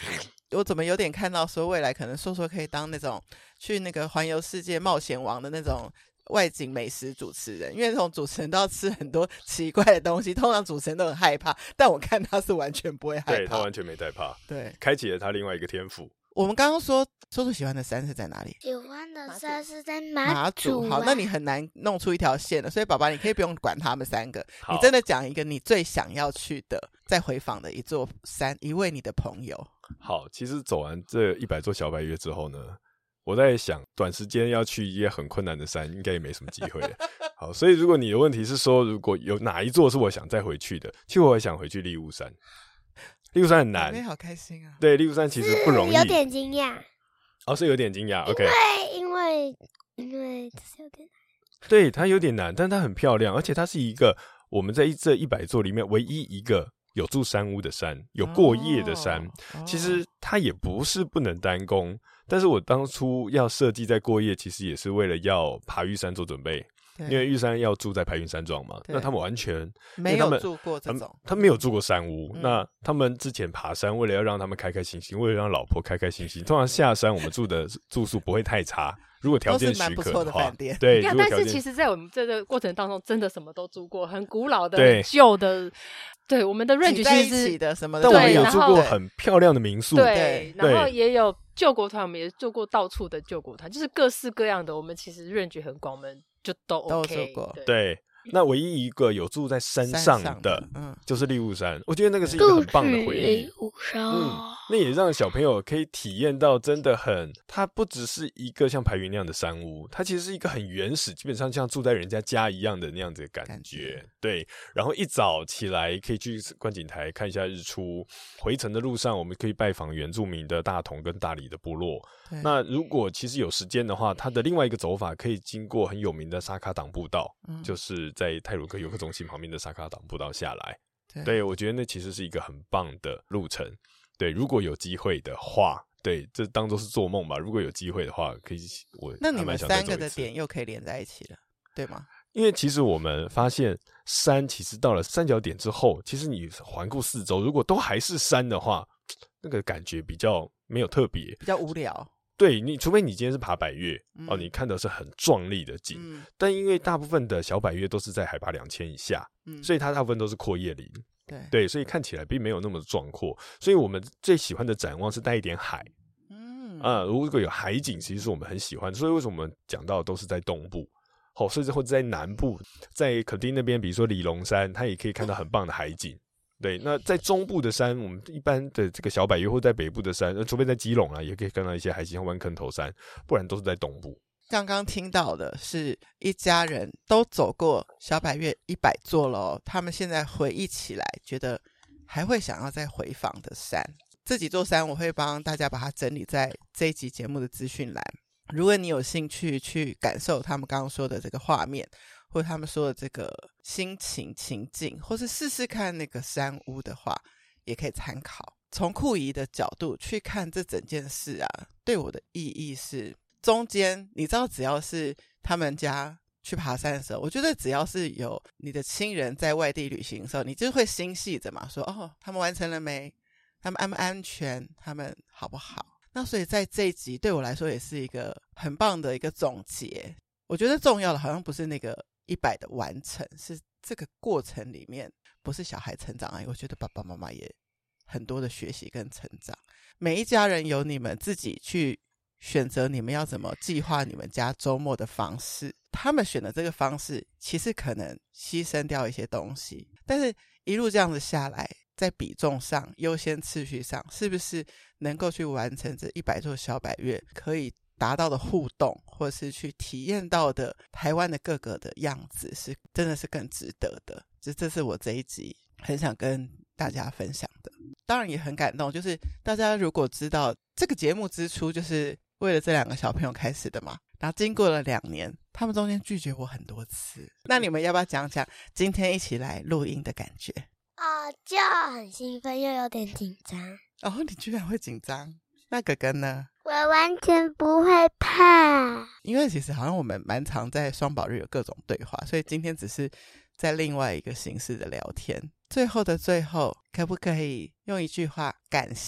我怎么有点看到说未来可能说说可以当那种去那个环游世界冒险王的那种外景美食主持人，因为那种主持人都要吃很多奇怪的东西，通常主持人都很害怕，但我看他是完全不会害怕， 对，他完全没害怕， 对， 开启了他另外一个天赋。 我们刚刚说说说喜欢的山是在哪里？ 喜欢的山是在马马祖、 啊、 好，那你很难弄出一条线的，所以爸爸你可以不用管他们三个，你真的讲一个你最想要去的再回访的一座山，一位你的朋友。 好，其实走完这一百座小百岳之后呢，我在想短时间要去一些很困难的山应该也没什么机会了。好，所以如果你的问题是说如果有哪一座是我想再回去的，其实我也想回去立雾山。立雾山很难， 你好开心啊！ 对，立雾山其实不容易， 有点惊讶。 哦，是有点惊讶。OK， 因为因为这是有点难， 对，它有点难，但它很漂亮，而且它是一个我们在这一百座里面唯一一个有住山屋的山，有过夜的山。 哦、 其实它也不是不能单攻，但是我当初要设计在过夜，其实也是为了要爬玉山做准备。因为玉山要住在排云山庄嘛，那他们完全没有住过这种， 他们, 他们没有住过山屋、 嗯。那他们之前爬山，为了要让他们开开心心，为了让老婆开开心心，通常下山我们住的住宿不会太差，如果条件许可的话， 的饭对。 但是其实，在我们这个过程当中，真的什么都住过，很古老的、很旧的。对，我们的 range 其实是的什么的， 但我们有住过很漂亮的民宿， 对，然后也有救国团，我们也做过到处的救国团，就是各式各样的。我们其实 range 很广，我们就都 OK， 都做过。 对，对，那唯一一个有住在山上的，的嗯，就是立雾山。我觉得那个是一个很棒的回忆。 立雾山， 嗯，那也让小朋友可以体验到，真的很，它不只是一个像排云那样的山屋，它其实是一个很原始，基本上像住在人家家一样的那样子的感觉。感觉对，然后一早起来可以去观景台看一下日出，回程的路上我们可以拜访原住民的大同跟大理的部落。那如果其实有时间的话，它的另外一个走法可以经过很有名的沙卡党步道，嗯、就是在太鲁阁游客中心旁边的沙卡党步道下来。对, 对，我觉得那其实是一个很棒的路程。对，如果有机会的话，对，这当作是做梦吧。如果有机会的话，可以我那你们三个的点又可以连在一起了，对吗？ 因为其实我们发现山其实到了三角点之后，其实你环顾四周，如果都还是山的话，那个感觉比较没有特别， 比较无聊。 对，你除非你今天是爬百岳、嗯、哦，你看的是很壮丽的景、嗯，但因为大部分的小百岳都是在海拔两千以下、嗯，所以它大部分都是阔叶林， 对对，所以看起来并没有那么壮阔。所以我们最喜欢的展望是带一点海，嗯啊，如果有海景，其实是我们很喜欢。所以为什么我们讲到的都是在东部，好、哦，甚至或者在南部，在垦丁那边，比如说里龙山，它也可以看到很棒的海景。对，那在中部的山，我们一般的这个小百岳，或在北部的山，除非在基隆啊，也可以看到一些海景，像湾坑头山，不然都是在东部。 刚刚听到的是一家人都走过小百岳一百座了、哦，他们现在回忆起来，觉得还会想要再回访的山。这几座山我会帮大家把它整理在这一集节目的资讯栏。如果你有兴趣去感受他们刚刚说的这个画面，或者他们说的这个心情情境，或是试试看那个山屋的话，也可以参考。从酷姨的角度去看这整件事啊，对我的意义是，中间你知道只要是他们家去爬山的时候，我觉得只要是有你的亲人在外地旅行的时候，你就会心系着嘛，说哦，他们完成了没？他们安不安全？他们好不好？那所以在这一集对我来说也是一个很棒的一个总结。我觉得重要的好像不是那个一百的完成，是这个过程里面不是小孩成长而已，我觉得爸爸妈妈也很多的学习跟成长。每一家人有你们自己去选择你们要怎么计划你们家周末的方式，他们选的这个方式其实可能牺牲掉一些东西，但是一路这样子下来，在比重上优先次序上是不是能够去完成这一百座小百岳可以达到的互动，或是去体验到的台湾的各个的样子，是真的是更值得的。这这是我这一集很想跟大家分享的。当然也很感动，就是大家如果知道这个节目之初就是为了这两个小朋友开始的嘛，然后经过了两年，他们中间拒绝我很多次，那你们要不要讲讲今天一起来录音的感觉？ 哦，就很兴奋又有点紧张。 哦，你居然会紧张？那哥哥呢？ 我完全不会怕， 因为其实好像我们蛮常在双宝日有各种对话，所以今天只是在另外一个形式的聊天。最后的最后，可不可以用一句话感谢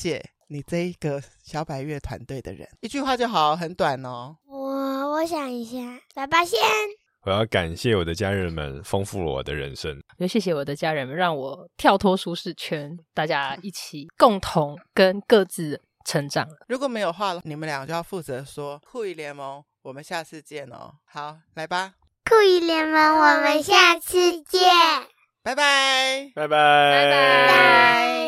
你这一个小百岳团队的人？一句话就好，很短哦。 我我想一下，爸爸先。 我要感谢我的家人们，丰富了我的人生。 也谢谢我的家人们，让我跳脱舒适圈，大家一起共同跟各自成长。 如果没有话，你们两个就要负责说酷姨联盟，我们下次见哦。好，来吧， 酷姨联盟，我们下次见， 拜拜， 拜拜， 拜拜。